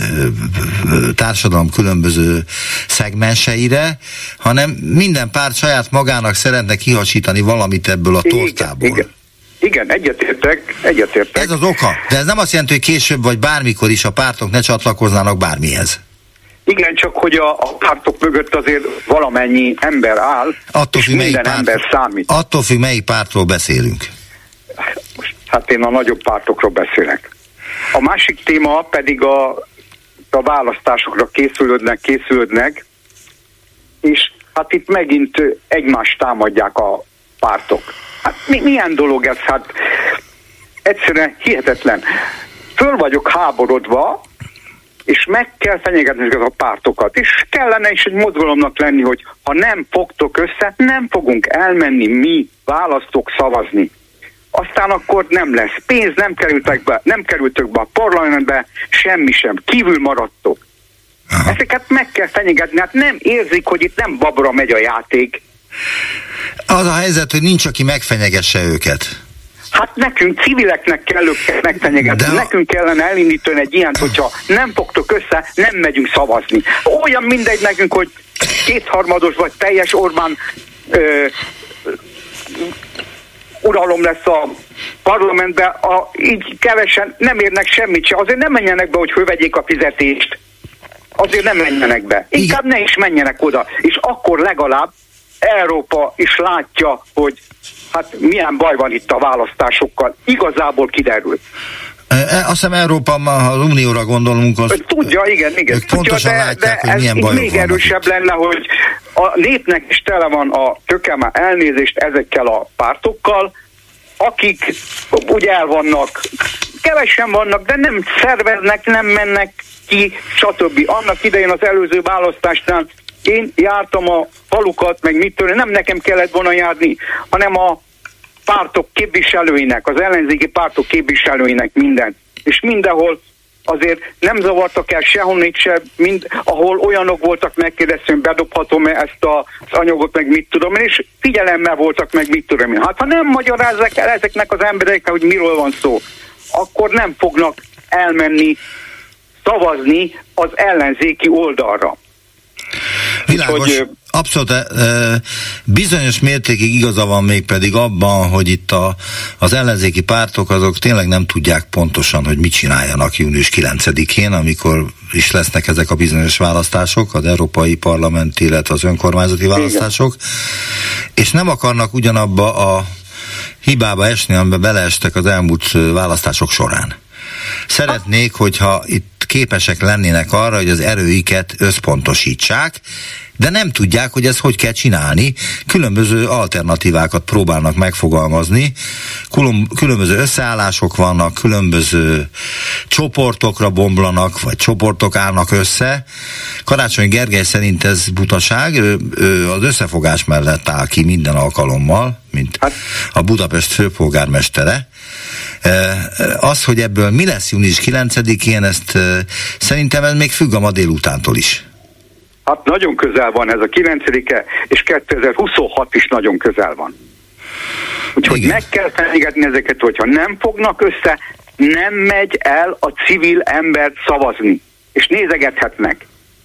társadalom különböző szegmenseire, hanem minden párt saját magának szeretne kihasítani valamit ebből a tortából. Igen, igen. Igen, egyetértek, egyetértek. Ez az oka, de ez nem azt jelenti, hogy később vagy bármikor is a pártok ne csatlakoznának bármihez. Igen, csak hogy a, a pártok mögött azért valamennyi ember áll, attól és minden párt, ember számít. Attól függ, melyik pártról beszélünk. Most, hát én a nagyobb pártokról beszélek. A másik téma pedig a, a választásokra készülődnek, készülődnek, és hát itt megint egymást támadják a pártok. Hát mi, milyen dolog ez? Hát egyszerűen hihetetlen. Föl vagyok háborodva, és meg kell fenyegetni ezeket a pártokat. És kellene is egy mozgalomnak lenni, hogy ha nem fogtok össze, nem fogunk elmenni mi választók szavazni. Aztán akkor nem lesz pénz, nem kerültek be, nem kerültök be a parlamentbe, semmi sem. Kívül maradtok. Aha. Ezeket meg kell fenyegetni, hát nem érzik, hogy itt nem babra megy a játék. Az a helyzet, hogy nincs, aki megfenyegesse őket. Hát nekünk, civileknek kell őket megfenyegetni. A... Nekünk kellene elindítani egy ilyent, hogyha nem fogtok össze, nem megyünk szavazni. Olyan mindegy nekünk, hogy kétharmados vagy teljes Orbán ö, uralom lesz a parlamentben, a, így kevesen nem érnek semmit se. Azért nem menjenek be, hogy fölvegyék a fizetést. Azért nem menjenek be. Inkább ne is menjenek oda. És akkor legalább Európa is látja, hogy hát milyen baj van itt a választásokkal. Igazából kiderül. Azt hiszem Európa, ha az Unióra gondolunk, az tudja, igen, igen. Ők pontosan tudja, de, látják, de hogy milyen bajok még vannak erősebb itt. lenne, hogy a népnek is tele van a tökeme elnézést ezekkel a pártokkal, akik úgy el vannak, kevesen vannak, de nem szerveznek, nem mennek ki, stb. Annak idején az előző választásnál én jártam a falukat, meg mit tudom, nem nekem kellett volna járni, hanem a pártok képviselőinek, az ellenzéki pártok képviselőinek mindent. És mindenhol azért nem zavartak el sehonnét se, mind, ahol olyanok voltak, megkérdeztem, hogy bedobhatom-e ezt az anyagot, meg mit tudom én, és figyelemmel voltak, meg mit tudom én. Hát ha nem magyarázzák el ezeknek az embereknek, hogy miről van szó, akkor nem fognak elmenni szavazni az ellenzéki oldalra. Világos, hogy, abszolút e, bizonyos mértékig igaza van még pedig abban, hogy itt a, az ellenzéki pártok azok tényleg nem tudják pontosan, hogy mit csináljanak június kilencedikén, amikor is lesznek ezek a bizonyos választások, az európai parlamenti, illetve az önkormányzati választások, igen. És nem akarnak ugyanabba a hibába esni, amiben beleestek az elmúlt választások során. Szeretnék, hogyha itt képesek lennének arra, hogy az erőiket összpontosítsák, de nem tudják, hogy ezt hogy kell csinálni. Különböző alternatívákat próbálnak megfogalmazni, különböző összeállások vannak, különböző csoportokra bomlanak, vagy csoportok állnak össze. Karácsony Gergely szerint ez butaság, ő, ő az összefogás mellett áll ki minden alkalommal, mint a Budapest főpolgármestere. Az, hogy ebből mi lesz június kilencedikén, ezt szerintem ez még függ a ma délutántól is. Hát nagyon közel van ez a kilencedike, és kétezer-huszonhat is nagyon közel van. Úgyhogy igen. Meg kell fenyegetni ezeket, hogyha nem fognak össze, nem megy el a civil ember szavazni. És nézegethetnek.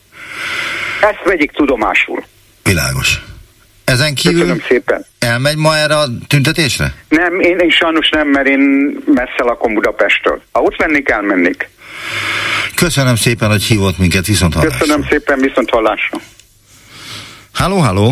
Ezt vegyik tudomásul. Világos. Ezen kívül köszönöm szépen. Elmegy ma erre a tüntetésre? Nem, én, én sajnos nem, mert én messze lakom Budapesttől. Ha ott mennék, elmennék. Köszönöm szépen, hogy hívott minket, viszont hallásra. Köszönöm szépen, viszont hallásra. Halló, halló.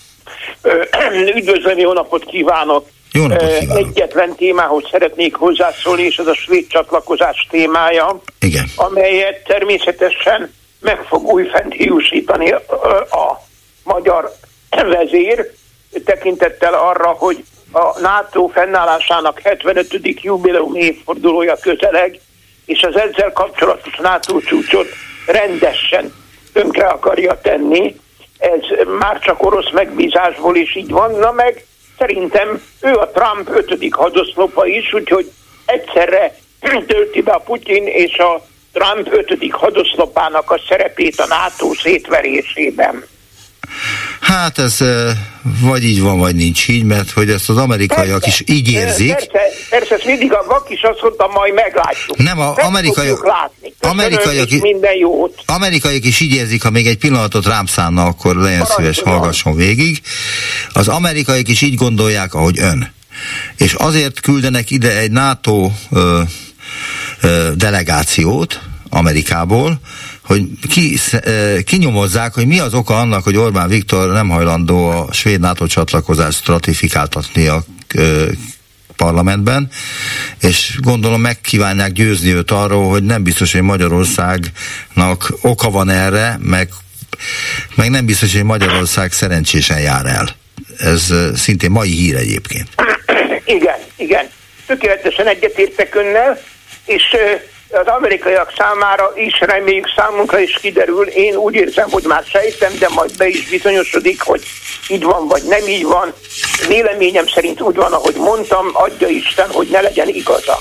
Üdvözlöm, jó napot kívánok. Jó napot kívánok. Egyetlen témához szeretnék hozzászólni, és ez a svéd csatlakozás témája. Igen. Amelyet természetesen meg fog újfent hiúsítani a, a magyar vezér, tekintettel arra, hogy a NATO fennállásának hetvenötödik jubileum évfordulója közeleg, és az ezzel kapcsolatos NATO csúcsot rendesen tönkre akarja tenni. Ez már csak orosz megbízásból is így van, na meg szerintem ő a Trump ötödik hadoszlopa is, úgyhogy egyszerre tölti be a Putyin és a Trump ötödik hadoszlopának a szerepét a NATO szétverésében. Hát ez vagy így van, vagy nincs így, mert hogy ezt az amerikaiak persze, is így érzik. Persze, persze, ezt mindig a vak is azt mondta, majd meglátjuk. Nem, a amerikaiak, amerikaiak, minden jót. amerikaiak is így érzik, ha még egy pillanatot rám szánna, akkor legyen szíves, hallgasson végig. Az amerikaiak is így gondolják, ahogy ön. És azért küldenek ide egy NATO ö, ö, delegációt Amerikából, hogy ki, kinyomozzák, hogy mi az oka annak, hogy Orbán Viktor nem hajlandó a svéd NATO csatlakozást ratifikáltatni a ö, parlamentben, és gondolom megkívánják győzni őt arról, hogy nem biztos, hogy Magyarországnak oka van erre, meg, meg nem biztos, hogy Magyarország szerencsésen jár el. Ez uh, szintén mai hír egyébként. Igen, igen. Tökéletesen egyetértek önnel, és uh, az amerikaiak számára is, reméljük számunkra is kiderül, én úgy érzem, hogy már sejtem, de majd be is bizonyosodik, hogy így van, vagy nem így van. Véleményem szerint úgy van, ahogy mondtam, adja Isten, hogy ne legyen igaza.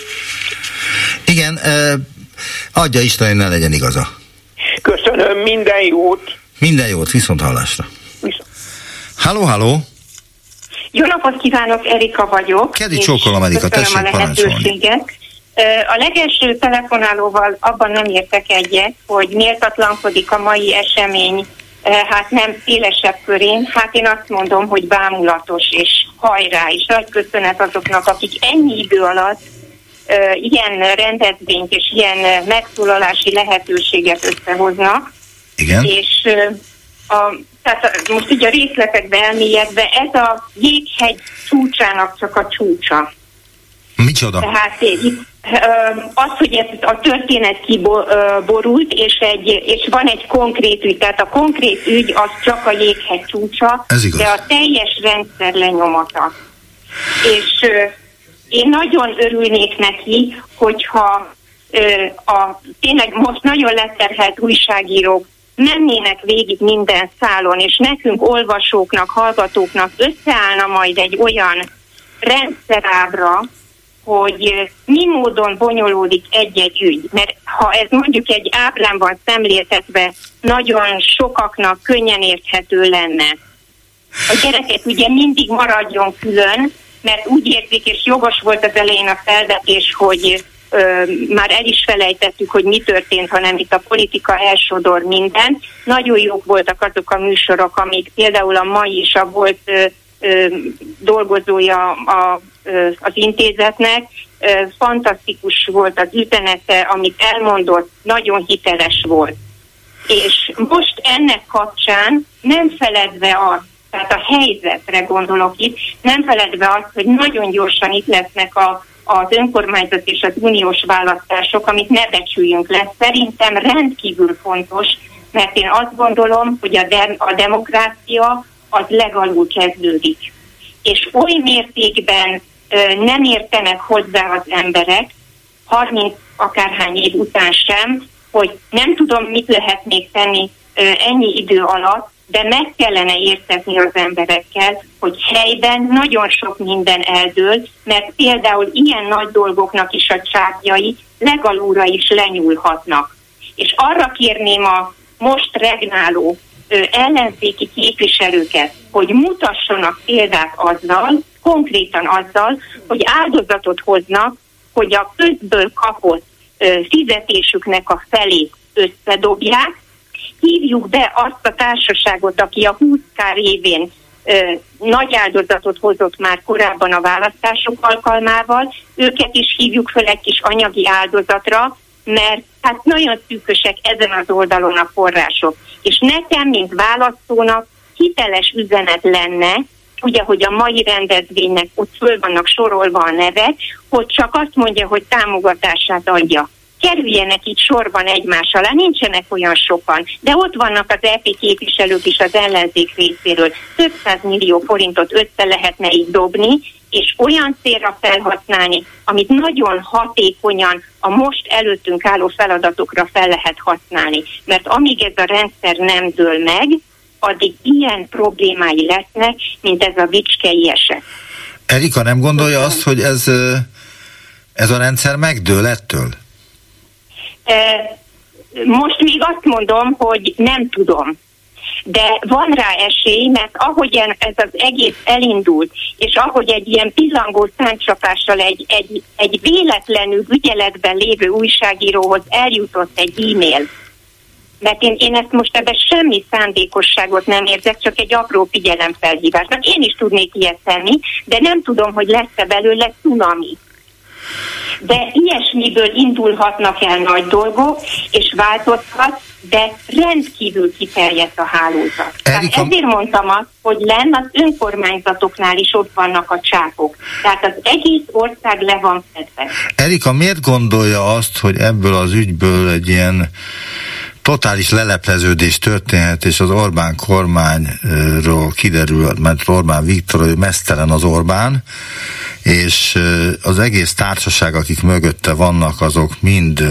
Igen, uh, adja Isten, hogy ne legyen igaza. Köszönöm, minden jót. Minden jót, viszont hallásra. Viszont. Halló, halló. Jó napot kívánok, Erika vagyok. Kedi csókolom, Erika, tessék parancsolni. A legelső telefonálóval abban nem értek egyet, hogy méltatlankodik a mai esemény, hát nem szélesebb körén, hát én azt mondom, hogy bámulatos és hajrá, és nagy köszönet azoknak, akik ennyi idő alatt uh, ilyen rendezvényt és ilyen megszólalási lehetőséget összehoznak. Igen. És uh, a, tehát most ugye a részletekbe elmélyedve, ez a jéghegy csúcsának csak a csúcsa. Micsoda? Tehát az, hogy ez a történet kiborult, és, egy, és van egy konkrét ügy, tehát a konkrét ügy az csak a jéghegy csúcsa, de a teljes rendszer lenyomata. És én nagyon örülnék neki, hogyha a tényleg most nagyon leterhelt újságírók mennének végig minden szálon, és nekünk olvasóknak, hallgatóknak összeállna majd egy olyan rendszerábra, hogy mi módon bonyolódik egy-egy ügy. Mert ha ez mondjuk egy ábrán van szemléltetve, nagyon sokaknak könnyen érthető lenne. A gyerekek ugye mindig maradjon külön, mert úgy érzik, és jogos volt az elején a felvetés, hogy ö, már el is felejtettük, hogy mi történt, hanem itt a politika elsodor minden. Nagyon jók voltak azok a műsorok, amik például a mai is a volt ö, ö, dolgozója a, ö, az intézetnek. Ö, fantasztikus volt az üzenete, amit elmondott, nagyon hiteles volt. És most ennek kapcsán nem feledve azt, tehát a helyzetre gondolok itt, nem feledve azt, hogy nagyon gyorsan itt lesznek a, az önkormányzat és az uniós választások, amit ne becsüljünk le. Szerintem rendkívül fontos, mert én azt gondolom, hogy a, de, a demokrácia az legalul kezdődik. És oly mértékben ö, nem értenek hozzá az emberek, harminc akárhány év után sem, hogy nem tudom, mit lehet még tenni ö, ennyi idő alatt, de meg kellene értetni az emberekkel, hogy helyben nagyon sok minden eldől, mert például ilyen nagy dolgoknak is a csápjai legalulra is lenyúlhatnak. És arra kérném a most regnáló ö, ellenzéki képviselőket, hogy mutassanak példát azzal, konkrétan azzal, hogy áldozatot hoznak, hogy a közből kapott ö, fizetésüknek a felét összedobják. Hívjuk be azt a társaságot, aki a húsz ká révén ö, nagy áldozatot hozott már korábban a választások alkalmával, őket is hívjuk fel egy kis anyagi áldozatra, mert hát nagyon szűkösek ezen az oldalon a források. És nekem, mint választónak hiteles üzenet lenne, ugye, hogy a mai rendezvénynek ott föl vannak sorolva a nevek, hogy csak azt mondja, hogy támogatását adja. Kerüljenek itt sorban egymás alá, nincsenek olyan sokan, de ott vannak az é pé képviselők is az ellenzék részéről. Több száz millió forintot össze lehetne így dobni, és olyan célra felhasználni, amit nagyon hatékonyan a most előttünk álló feladatokra fel lehet használni. Mert amíg ez a rendszer nem dől meg, addig ilyen problémái lesznek, mint ez a vicskei eset. Erika nem gondolja azt, hogy ez, ez a rendszer megdől ettől? Most még azt mondom, hogy nem tudom. De van rá esély, mert ahogyan ez az egész elindult, és ahogy egy ilyen pillangó száncsapással egy, egy, egy véletlenül ügyeletben lévő újságíróhoz eljutott egy e-mail, mert én, én ezt most ebben semmi szándékosságot nem érzek, csak egy apró figyelemfelhívásnak. Én is tudnék ilyet tenni, de nem tudom, hogy lesz-e belőle cunami. De ilyesmiből indulhatnak el nagy dolgok, és változhat, de rendkívül kiterjedt a hálózat. Tehát ezért mondtam azt, hogy lenn az önkormányzatoknál is ott vannak a csápok. Tehát az egész ország le van fedve. Erika, miért gondolja azt, hogy ebből az ügyből egy ilyen totális lelepleződés történhet, és az Orbán kormányról kiderül, mert Orbán Viktor, hogy meztelen az Orbán, és az egész társaság, akik mögötte vannak, azok mind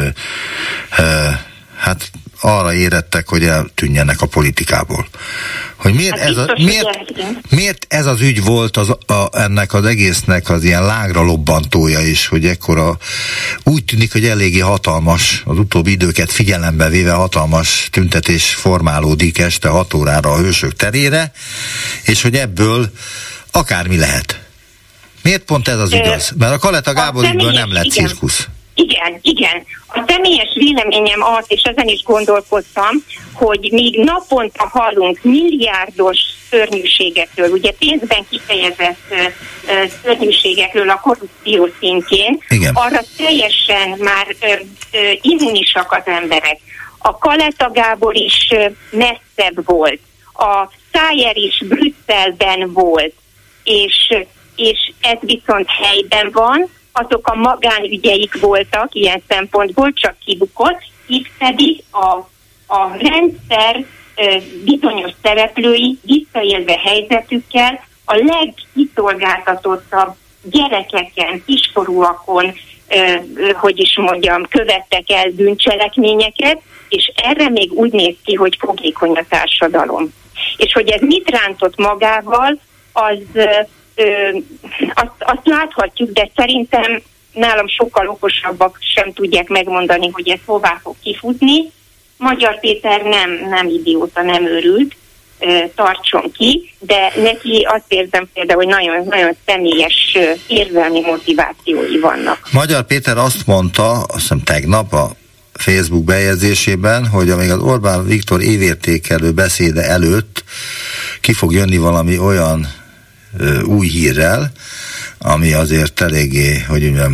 hát arra érettek, hogy eltűnjenek a politikából. Hogy miért, hát ez, a, miért, miért ez az ügy volt az, a, ennek az egésznek az ilyen lángra lobbantója is, hogy ekkora úgy tűnik, hogy eléggé hatalmas, az utóbbi időket figyelembe véve hatalmas tüntetés formálódik este hat órára a Hősök terére, és hogy ebből akármi lehet. Miért pont ez az ügy az? Mert a Kaleta Gábor ügyből nem lett igen. cirkusz. Igen, igen. A személyes véleményem az, és ezen is gondolkodtam, hogy még naponta hallunk milliárdos szörnyűségekről, ugye pénzben kifejezett uh, szörnyűségekről a korrupció szintjén, igen. Arra teljesen már uh, uh, immunisak az emberek. A Kaleta Gábor is uh, messzebb volt, a Szájer is Brüsszelben volt, és, és ez viszont helyben van, azok a magánügyeik voltak ilyen szempontból, csak kibukott, itt pedig a, a rendszer bizonyos szereplői visszaélve helyzetükkel a legkiszolgáltatottabb gyerekeken, kiskorúakon, hogy is mondjam, követtek el bűncselekményeket, és erre még úgy néz ki, hogy fogékony a társadalom. És hogy ez mit rántott magával, az, ö, azt, azt láthatjuk, de szerintem nálam sokkal okosabbak sem tudják megmondani, hogy ez hová fog kifutni. Magyar Péter nem, nem idióta, nem őrült, tartson ki, de neki azt érzem például, hogy nagyon, nagyon személyes érzelmi motivációi vannak. Magyar Péter azt mondta, azt hiszem tegnap a Facebook bejegyzésében, hogy amíg az Orbán Viktor évértékelő beszéde előtt ki fog jönni valami olyan ö, új hírrel, ami azért eléggé, hogy mondjam,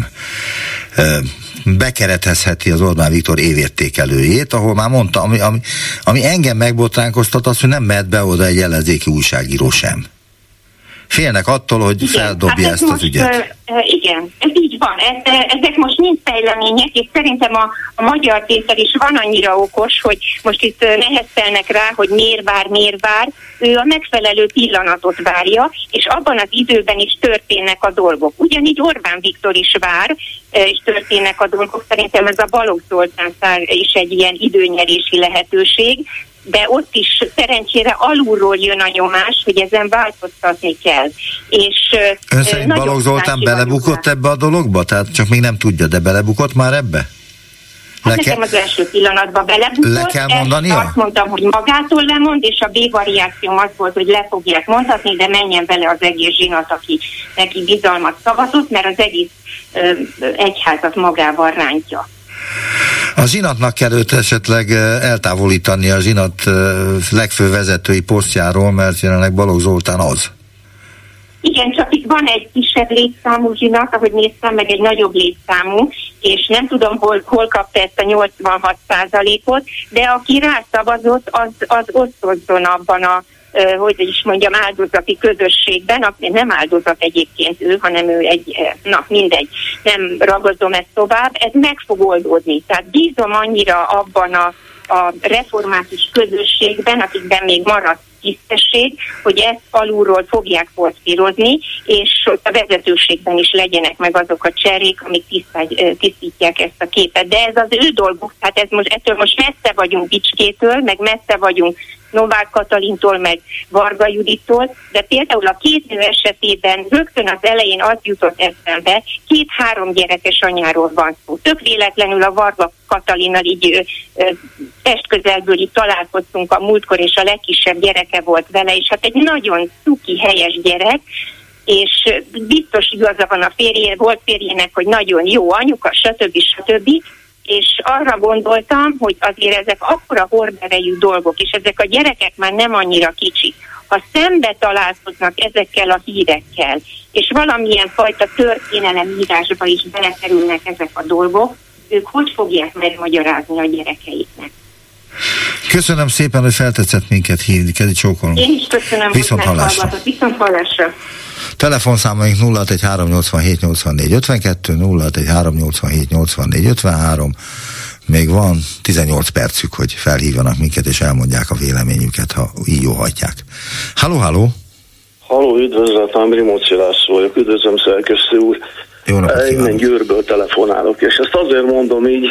ö, bekeretezheti az Orbán Viktor évértékelőjét, ahol már mondta, ami, ami, ami engem megbotránkoztat, az, hogy nem mehet be oda egy ellenzéki újságíró sem. Félnek attól, hogy igen, feldobja hát ez ezt most, az ügyet. Uh, igen, ez így van. Ez, ezek most mind fejlemények, és szerintem a, a Magyar Péter is van annyira okos, hogy most itt neheztelnek rá, hogy miért vár, miért vár. Ő a megfelelő pillanatot várja, és abban az időben is történnek a dolgok. Ugyanígy Orbán Viktor is vár, és történnek a dolgok. Szerintem ez a Balogh Zoltán szár is egy ilyen időnyerési lehetőség, de ott is szerencsére alulról jön a nyomás, hogy ezen változtatni kell. És ön szerint Balogh Zoltán belebukott ebbe a dologba? Tehát csak még nem tudja, de belebukott már ebbe? Hát nekem ke- az első pillanatban belebukott. Le kell mondania? Azt mondtam, hogy magától lemond, és a B variációm az volt, hogy le fogják mondhatni, de menjen vele az egész zsinat, aki neki bizalmat szavazott, mert az egész ö, egyházat magával rántja. A zsinatnak kell őt esetleg eltávolítani a zsinat legfő vezetői posztjáról, mert jelenleg Balogh Zoltán az. Igen, csak itt van egy kisebb létszámú zsinat, ahogy néztem, meg egy nagyobb létszámú, és nem tudom, hol, hol kapta ezt a nyolcvanhat százalékot, de aki rászavazott, az, az osztozzon abban a, hogy is mondjam, áldozati közösségben, nem áldozat egyébként ő, hanem ő egy, na mindegy, nem ragadom ezt tovább, ez meg fog oldódni. Tehát bízom annyira abban a, a református közösségben, akikben még maradt tisztesség, hogy ezt alulról fogják forszírozni, és a vezetőségben is legyenek meg azok a cserék, amik tisztítják ezt a képet. De ez az ő dolguk, tehát ez most, ettől most messze vagyunk Bicskétől, meg messze vagyunk Novák Katalintól, meg Varga Judittól, de például a két nő esetében rögtön az elején az jutott eszembe, két-három gyerekes anyáról van szó. Tök véletlenül a Varga Katalinnal így testközelből így találkoztunk a múltkor, és a legkisebb gyereke volt vele, és hát egy nagyon cuki, helyes gyerek, és biztos igaza van a férje, volt férjének, hogy nagyon jó anyuka, stb. stb. És arra gondoltam, hogy azért ezek akkora horderejű dolgok, és ezek a gyerekek már nem annyira kicsik. Ha szembe találkoznak ezekkel a hírekkel, és valamilyen fajta történelemírásba is belekerülnek ezek a dolgok, ők hogy fogják megmagyarázni a gyerekeiknek? Köszönöm szépen, hogy feltetszett minket hívni. Kedi csókolom. Én is köszönöm, Viszont hogy meghallgatott. Viszont hallásra. Telefonszámaink nulla hat egy három nyolcvanhét nyolcvannégy ötvenkettő, nulla hat egy három nyolcvanhét nyolcvannégy ötvenhárom. Még van tizennyolc percük, hogy felhívjanak minket és elmondják a véleményüket, ha így jó hagyják. Halló, halló! Halló, üdvözletem, Rimóci László vagyok, üdvözlöm szerkesztő úr. Jó napot kívánok! Innen Győrből telefonálok, és ezt azért mondom így,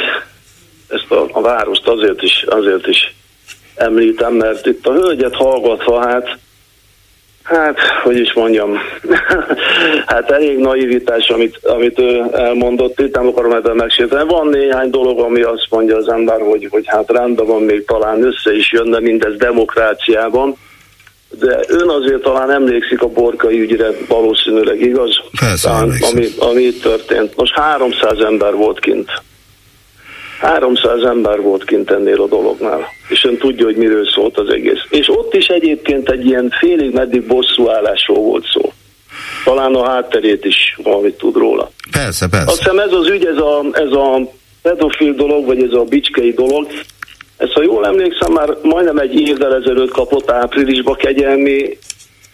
ezt a, a várost azért is, azért is említem, mert itt a hölgyet hallgatva, hát Hát, hogy is mondjam, hát elég naivitás, amit, amit ő elmondott, itt nem akarom ebben megsérteni. Van néhány dolog, ami azt mondja az ember, hogy, hogy hát rendben van, még talán össze is jönne mindez demokráciában, de ön azért talán emlékszik a Borkai ügyre, valószínűleg, igaz? Persze, talán, ami, ami itt történt. Most háromszáz ember volt kint. háromszáz ember volt kint ennél a dolognál, és ön tudja, hogy miről szólt az egész. És ott is egyébként egy ilyen félig meddig bosszúállásról volt szó. Talán a hátterét is valamit tud róla. Persze, persze. Azt hiszem ez az ügy, ez a, ez a pedofil dolog, vagy ez a bicskei dolog, ezt ha jól emlékszem, már majdnem egy évvel ezelőtt kapott áprilisba kegyelmi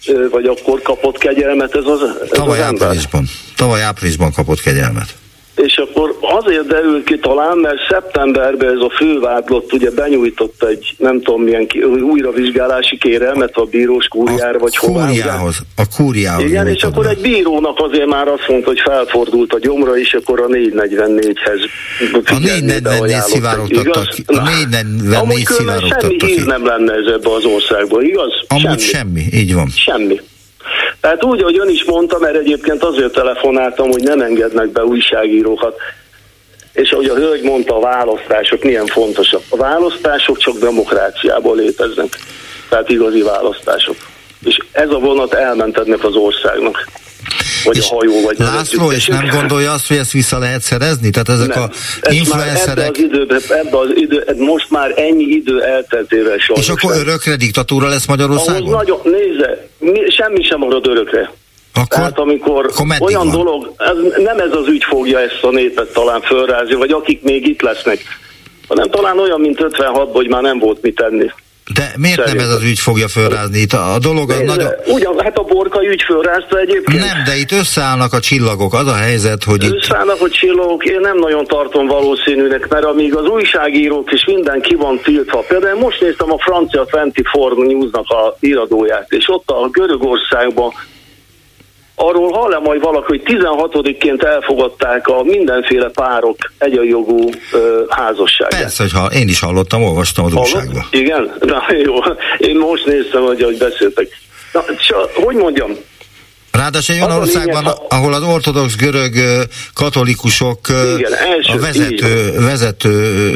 vagy akkor kapott kegyelmet ez az, ez Tavaly az ember. áprilisban. Tavaly áprilisban kapott kegyelmet. És akkor azért derül ki talán, mert szeptemberben ez a fővádlott ugye benyújtott egy nem tudom milyen ki, újravizsgálási kérelmet a bírós kúriára, vagy hová. Kúriához, a kúriához. Igen, és akkor egy bírónak azért már azt mondta, hogy felfordult a gyomra, és akkor a négyszáznegyvennégyhez a négyszáznegyvennégy szivárogtattak ki. A négyszáznegyvennégy szivárogtattak semmi ki. hír nem lenne ez ebbe az országban, igaz? Amúgy semmi. semmi, így van. Semmi. Tehát úgy, ahogy ön is mondta, mert egyébként azért telefonáltam, hogy nem engednek be újságírókat. És ahogy a hölgy mondta, a választások milyen fontosak. A választások csak demokráciából léteznek. Tehát igazi választások. És ez a vonat elment ennek az országnak. Vagy és a hajó, vagy László, és nem gondolja azt, hogy ezt vissza lehet szerezni? Tehát ezek nem. a influencerek... Ebbe az időben, ebbe az idő, most már ennyi idő elteltével sajnos. És akkor örökre diktatúra lesz Magyarországon? Ahhoz nagyon, nézze, semmi sem marad örökre. Akkor, Tehát amikor akkor olyan van? dolog, ez, nem ez az ügy fogja ezt a népet talán fölrázni, vagy akik még itt lesznek, hanem talán olyan, mint ötvenhatban, hogy már nem volt mit tenni. De miért Szerintem. nem ez az ügy fogja fölrázni? Itt a, a dolog az nagyon... Ugyan, hát a Borkai ügy fölrázta egyébként. Nem, de itt összeállnak a csillagok. Az a helyzet, hogy itt... Összeállnak a csillagok, én nem nagyon tartom valószínűnek, mert amíg az újságírók és mindenki van tiltva. Például most néztem a francia huszonnégy Newsnak a híradóját, és ott a Görögországban arról hall-e majd valaki, hogy tizenhatodikként elfogadták a mindenféle párok egyenjogú ö, házasságát? Persze, hogy ha én is hallottam, olvastam az újságban. Igen? Na jó, én most néztem, hogy, hogy beszéltek. Na, csak, hogy mondjam? Ráadásul egy olyan országban, lényeg, ahol az ortodox görög katolikusok igen, első, a vezető, vezető,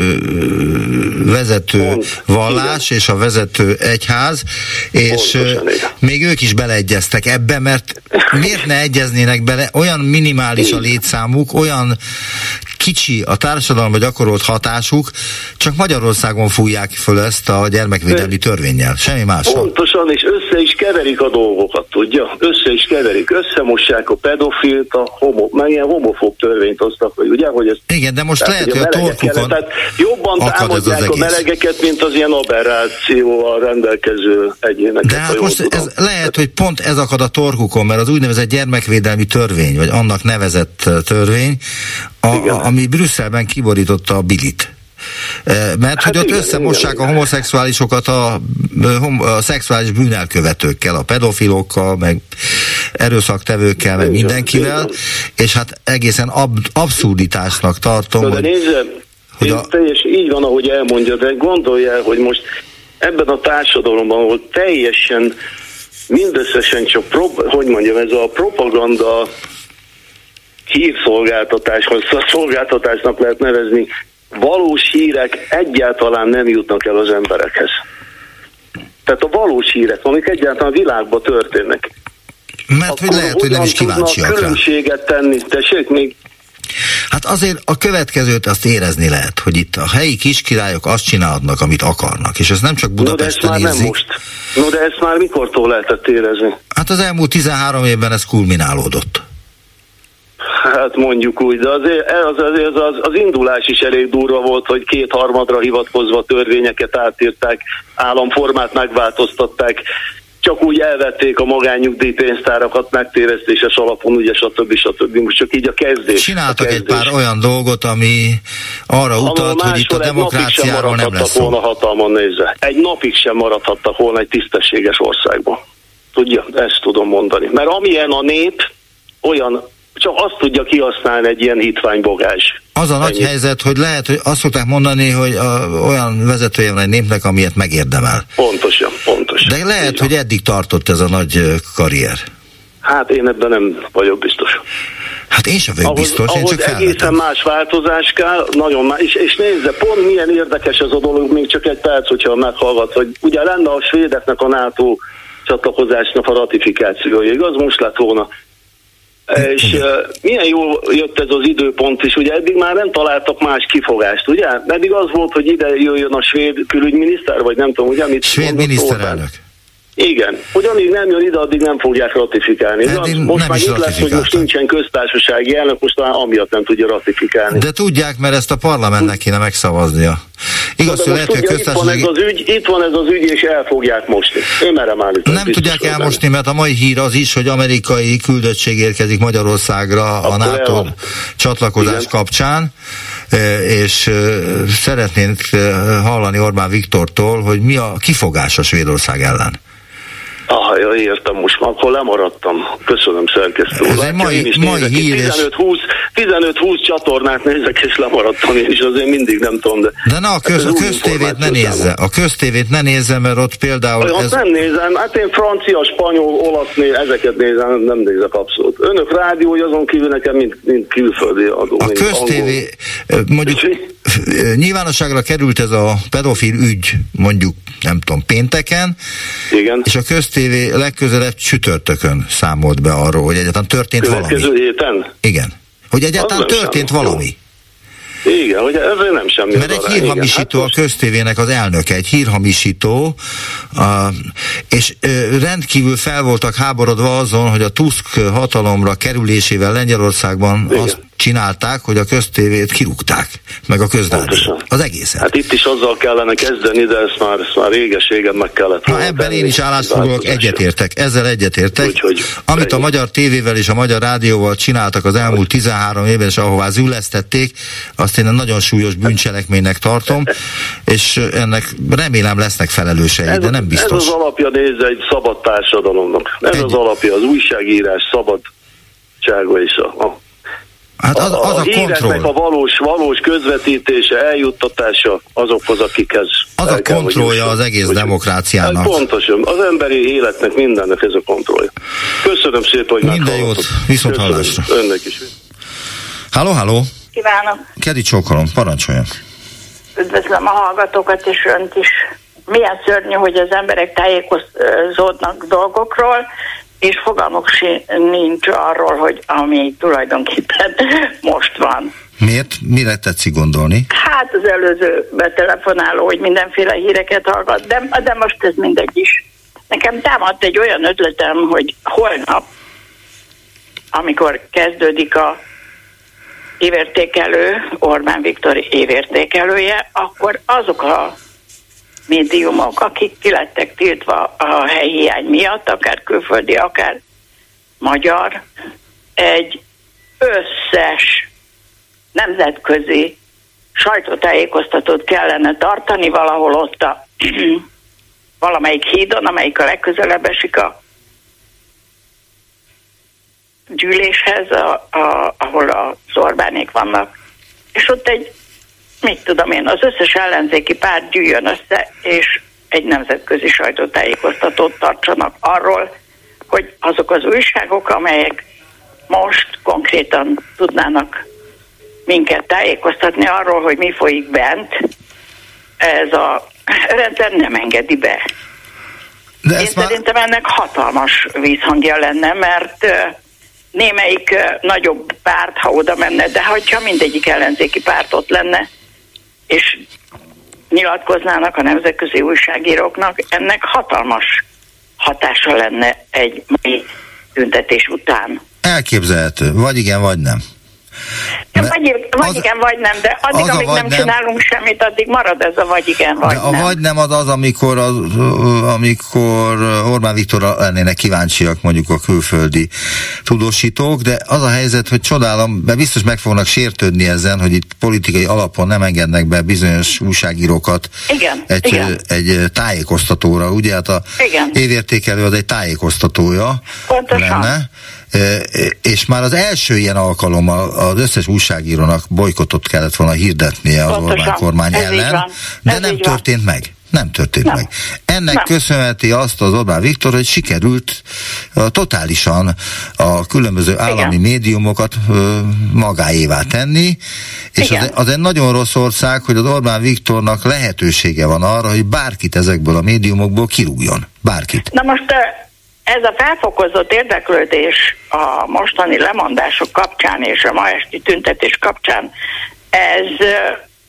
vezető Pont, vallás igen. és a vezető egyház, és Pontosan, még ők is beleegyeztek ebbe, mert miért ne egyeznének bele, olyan minimális a létszámuk, olyan kicsi a társadalomra gyakorolt hatásuk, csak Magyarországon fújják föl ezt a gyermekvédelmi törvénnyel, semmi mással. Pontosan, és össze is keverik a dolgokat, tudja? Össze is keverik, összemossák a pedofilt, a homo, meg ilyen homofób törvényt hoztak, hogy ugye, hogy ez... Igen, de most tehát, lehet, hogy a torkukon jobban támadják a melegeket, mint az ilyen aberrációval rendelkező egyéneket. De hát most ez, lehet, hogy pont ez akad a torkukon, mert az úgynevezett gyermekvédelmi törvény, vagy annak nevezett törvény, a, a, ami Brüsszelben kiborította a bilit. Mert hát hogy ott igen, összemossák igen, a homoszexuálisokat a, a szexuális bűnelkövetőkkel, a pedofilokkal, meg erőszaktevőkkel, meg igen, mindenkivel, igen. És hát egészen ab, abszurditásnak tartom, de hogy... De nézze, hogy a... teljesen így van, ahogy elmondja, de gondolja el, hogy most ebben a társadalomban, ahol teljesen mindösszesen csak, prop, hogy mondjam, ez a propaganda hírszolgáltatás, vagy szolgáltatásnak lehet nevezni, valós hírek egyáltalán nem jutnak el az emberekhez. Tehát a valós hírek, amik egyáltalán a világban történnek. Mert hogy lehet, hogy nem is kíváncsiak rá. Különbséget tenni, tessék még. Hát azért a következőt azt érezni lehet, hogy itt a helyi kiskirályok azt csinálnak, amit akarnak, és ez nem csak Budapesten no, de ezt már érzik. Nem most. No, de ezt már mikortól lehetett érezni? Hát az elmúlt tizenhárom évben ez kulminálódott. Hát mondjuk úgy, de azért az, azért az, az indulás is elég durva volt, hogy kétharmadra hivatkozva törvényeket átírták, államformát megváltoztatták, csak úgy elvették a magánnyugdíjpénztárakat megtévesztéses alapon, ugye stb. stb. Most csak így a kezdés. Csináltak a kezdés. Egy pár olyan dolgot, ami arra utalt, hogy itt a demokráciáról nem lesz szó. Volna hatalmon nézve. Egy napig sem maradhattak volna egy tisztességes országban. Tudja, ezt tudom mondani. Mert amilyen a nép, olyan csak azt tudja kihasználni egy ilyen hitványbogás. Az a nagy helyzet, hogy lehet, hogy azt szokták mondani, hogy a, olyan vezetője van egy népnek, amilyet megérdemel. Pontosan, pontosan. De lehet, Igen. hogy eddig tartott ez a nagy karrier. Hát én ebben nem vagyok biztos. Hát én sem vagyok ahhoz, biztos, én ahhoz csak felvetem. Egészen más változás kell, nagyon más, és, és nézze, pont milyen érdekes ez a dolog, még csak egy perc, hogyha meghallgat, hogy ugye lenne a svédeknek a NATO csatlakozásnak a ratifikációja, igaz? Most lett volna. És uh, milyen jól jött ez az időpont is, ugye eddig már nem találtak más kifogást, ugye? Eddig az volt, hogy ide jöjjön a svéd külügyminiszter, vagy nem tudom, ugye? Mit svéd miniszterelnök. Igen, hogy amíg nem jön ide, addig nem fogják ratifikálni. Az, most már itt lesz, hogy most nincsen köztársasági elnök, most már amiatt nem tudja ratifikálni. De tudják, mert ezt a parlamentnek kéne megszavaznia. Igaz, hogy lehet, hogy a köztársasági... Itt van ez az ügy, itt van ez az ügy, és el fogják mosni. Én merem állítani. Nem tudják elmosni, mert a mai hír az is, hogy amerikai küldöttség érkezik Magyarországra a NATO csatlakozás igen. kapcsán, és szeretnénk hallani Orbán Viktortól, hogy mi a kifogás a Svédország ellen. Ah, ja, értem, most már akkor lemaradtam. Köszönöm, szerkesztő úr. Ez egy mai, mai hír. tizenöt húsz csatornát nézek, és lemaradtam én is, azért mindig nem tudom, de... De na, a, köz, a köztévét ne nézze. A köztévét ne nézze, mert ott például... Olyan, ez... nem nézem, hát én francia, spanyol, olasz, néz, ezeket nézem, nem nézek abszolút. Önök rádiói azon kívül nekem mind, mind külföldi adó. A köztévé, mondjuk nyilvánosságra került ez a pedofil ügy, mondjuk, nem tudom, pénteken, igen. És a köztévé legközelebb csütörtökön számolt be arról, hogy egyáltalán történt Következő valami. héten? Igen. Hogy egyáltalán történt semmi. valami. Igen, hogy ez nem semmi. Mert egy hírhamisító hát a köztévének az elnöke, egy hírhamisító, uh, és uh, rendkívül fel voltak háborodva azon, hogy a Tusk hatalomra kerülésével Lengyelországban igen. azt csinálták, hogy a köztévét kirúgták, meg a közrádiót. Az egészet. Hát itt is azzal kellene kezdeni, de ezt már, ezt már réges-régen meg kellett volna. Na ebben én is állásfoglalok, egyetértek, ezzel egyetértek. Úgy, hogy Amit ennyi. a Magyar Tévével és a Magyar Rádióval csináltak az elmúlt tizenhárom évben, és ahová züllesztették, azt én nagyon súlyos bűncselekménynek tartom, és ennek remélem lesznek felelősei, ez, de nem biztos. Ez az alapja, nézze, egy szabad társadalomnak. Ez egy... az alapja, az újságírás szabadsága és a, a Hát az, az a, a, a híreknek a valós, valós közvetítése, eljuttatása azokhoz, akikhez... Az a kontrollja az egész demokráciának. Hát pontosan, az emberi életnek, mindennek ez a kontrollja. Köszönöm szépen, hogy minden jót, viszont hallásra. Önnek is. Halló, halló! Kívánok! Kedi csókolom, parancsoljon! Üdvözlöm a hallgatókat és önt is. Milyen szörnyű, hogy az emberek tájékozódnak dolgokról, és fogalmuk nincs arról, hogy ami tulajdonképpen most van. Miért? Mire tetszik gondolni? Hát az előző betelefonáló, hogy mindenféle híreket hallgat, de, de most ez mindegy is. Nekem támadt egy olyan ötletem, hogy holnap, amikor kezdődik a évértékelő, Orbán Viktor évértékelője, akkor azok a médiumok, akik ki lettek tiltva a helyhiány miatt, akár külföldi, akár magyar, egy összes nemzetközi sajtótájékoztatót kellene tartani valahol ott a valamelyik hídon, amelyik a legközelebb esik a gyűléshez, a, a, ahol az Orbánék vannak, és ott egy mit tudom én, az összes ellenzéki párt gyűjjön össze, és egy nemzetközi sajtótájékoztatót tartsanak arról, hogy azok az újságok, amelyek most konkrétan tudnának minket tájékoztatni arról, hogy mi folyik bent, ez a rendszer nem engedi be. De én szerintem már... ennek hatalmas vízhangja lenne, mert némelyik nagyobb párt, ha oda menne, de hogyha mindegyik ellenzéki párt ott lenne, és nyilatkoznának a nemzetközi újságíróknak, ennek hatalmas hatása lenne egy mai tüntetés után. Elképzelhető, vagy igen, vagy nem. Vagy, vagy az, igen, vagy nem, de addig, amíg nem, nem csinálunk semmit, addig marad ez a vagy igen, vagy de a nem. A vagy nem az az, amikor, az, amikor Orbán Viktorra lennének kíváncsiak mondjuk a külföldi tudósítók, de az a helyzet, hogy csodálom, mert biztos meg fognak sértődni ezen, hogy itt politikai alapon nem engednek be bizonyos újságírókat igen, egy, igen. egy tájékoztatóra, ugye? Hát a igen. évértékelő az egy tájékoztatója pontosan. Lenne. És már az első ilyen alkalommal az összes újságírónak bolykottot kellett volna hirdetnie az pontosan. Orbán kormány ez ellen, de nem történt van. meg. Nem történt nem. meg. Ennek nem. köszönheti azt az Orbán Viktor, hogy sikerült uh, totálisan a különböző állami igen. médiumokat uh, magáévá tenni, és az, az egy nagyon rossz ország, hogy az Orbán Viktornak lehetősége van arra, hogy bárkit ezekből a médiumokból kirúgjon. Bárkit. Na most ez a felfokozott érdeklődés a mostani lemondások kapcsán és a ma esti tüntetés kapcsán, ez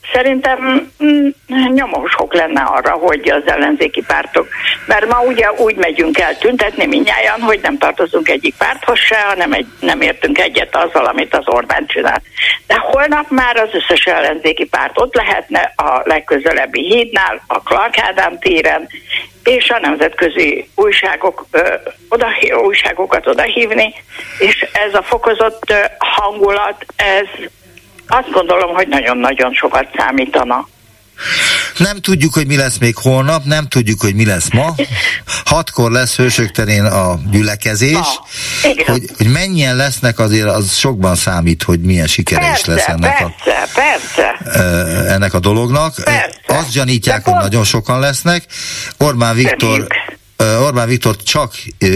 szerintem mm, nyomósok lenne arra, hogy az ellenzéki pártok, mert ma ugye úgy megyünk el tüntetni mindnyájan, hogy nem tartozunk egyik párthoz se, hanem egy, nem értünk egyet azzal, amit az Orbán csinál. De holnap már az összes ellenzéki párt ott lehetne a legközelebbi hídnál, a Clark Ádám téren, és a nemzetközi újságok, ö, oda, újságokat odahívni, és ez a fokozott ö, hangulat, ez azt gondolom, hogy nagyon-nagyon sokat számítana. Nem tudjuk, hogy mi lesz még holnap, nem tudjuk, hogy mi lesz ma. Hatkor lesz Hősök terén a gyülekezés. Na, hogy, hogy mennyien lesznek, azért az sokban számít, hogy milyen sikeres persze, lesz ennek, persze, a, persze. ennek a dolognak. Persze. Azt gyanítják, hogy nagyon sokan lesznek. Orbán Viktor, Orbán Viktor csak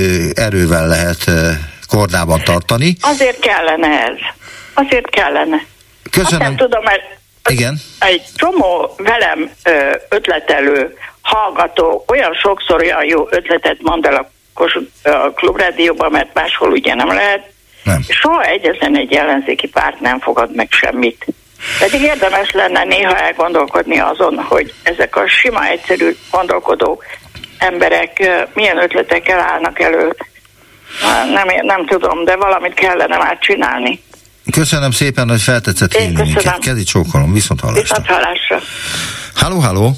erővel lehet kordában tartani. Azért kellene ez. Azért kellene. Köszönöm. Azt nem tudom, mert igen. Egy csomó velem ö, ötletelő hallgató olyan sokszor olyan jó ötletet mond el a, a Klubrádióban, mert máshol ugye nem lehet. Nem. Soha egyetlen egy ellenzéki párt nem fogad meg semmit. Pedig érdemes lenne néha elgondolkodni azon, hogy ezek a sima, egyszerű gondolkodó emberek ö, milyen ötletekkel állnak elő. Nem, nem tudom, de valamit kellene már csinálni. Köszönöm szépen, hogy feltetszett hívni minket. Kezi csókolom, viszont hallásra. Viszont hallásra. Halló, halló.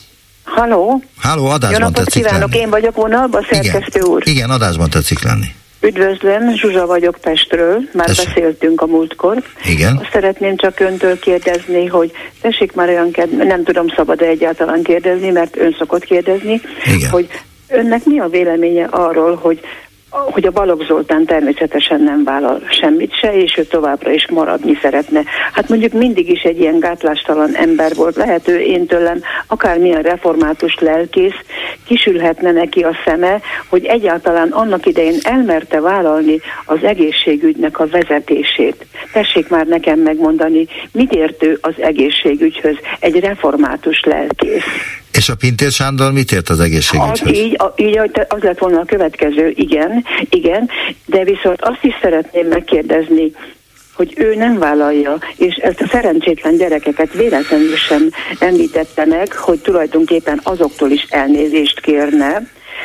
Halló. Halló, adásban Jó napot tetszik kívánok, lenni. én vagyok vonalban, szerkesztő igen, úr. Igen, adásban tetszik lenni. Üdvözlöm, Zsuzsa vagyok Pestről, már Tessék. beszéltünk a múltkor. Igen. Azt szeretném csak öntől kérdezni, hogy tessék már olyan kedve, nem tudom, szabad-e egyáltalán kérdezni, mert ön szokott kérdezni, igen. hogy önnek mi a véleménye arról, hogy hogy a Balogh Zoltán természetesen nem vállal semmit se, és ő továbbra is maradni szeretne. Hát mondjuk mindig is egy ilyen gátlástalan ember volt, lehet ő én tőlem akármilyen református lelkész, kisülhetne neki a szeme, hogy egyáltalán annak idején elmerte vállalni az egészségügynek a vezetését. Tessék már nekem megmondani, mit ért ő az egészségügyhöz, egy református lelkész. És a Pintér Sándor mit ért az egészségügyhöz? Az, így, a, így az lett volna a következő, igen, igen, de viszont azt is szeretném megkérdezni, hogy ő nem vállalja, és ezt a szerencsétlen gyerekeket véletlenül sem említette meg, hogy tulajdonképpen azoktól is elnézést kérne,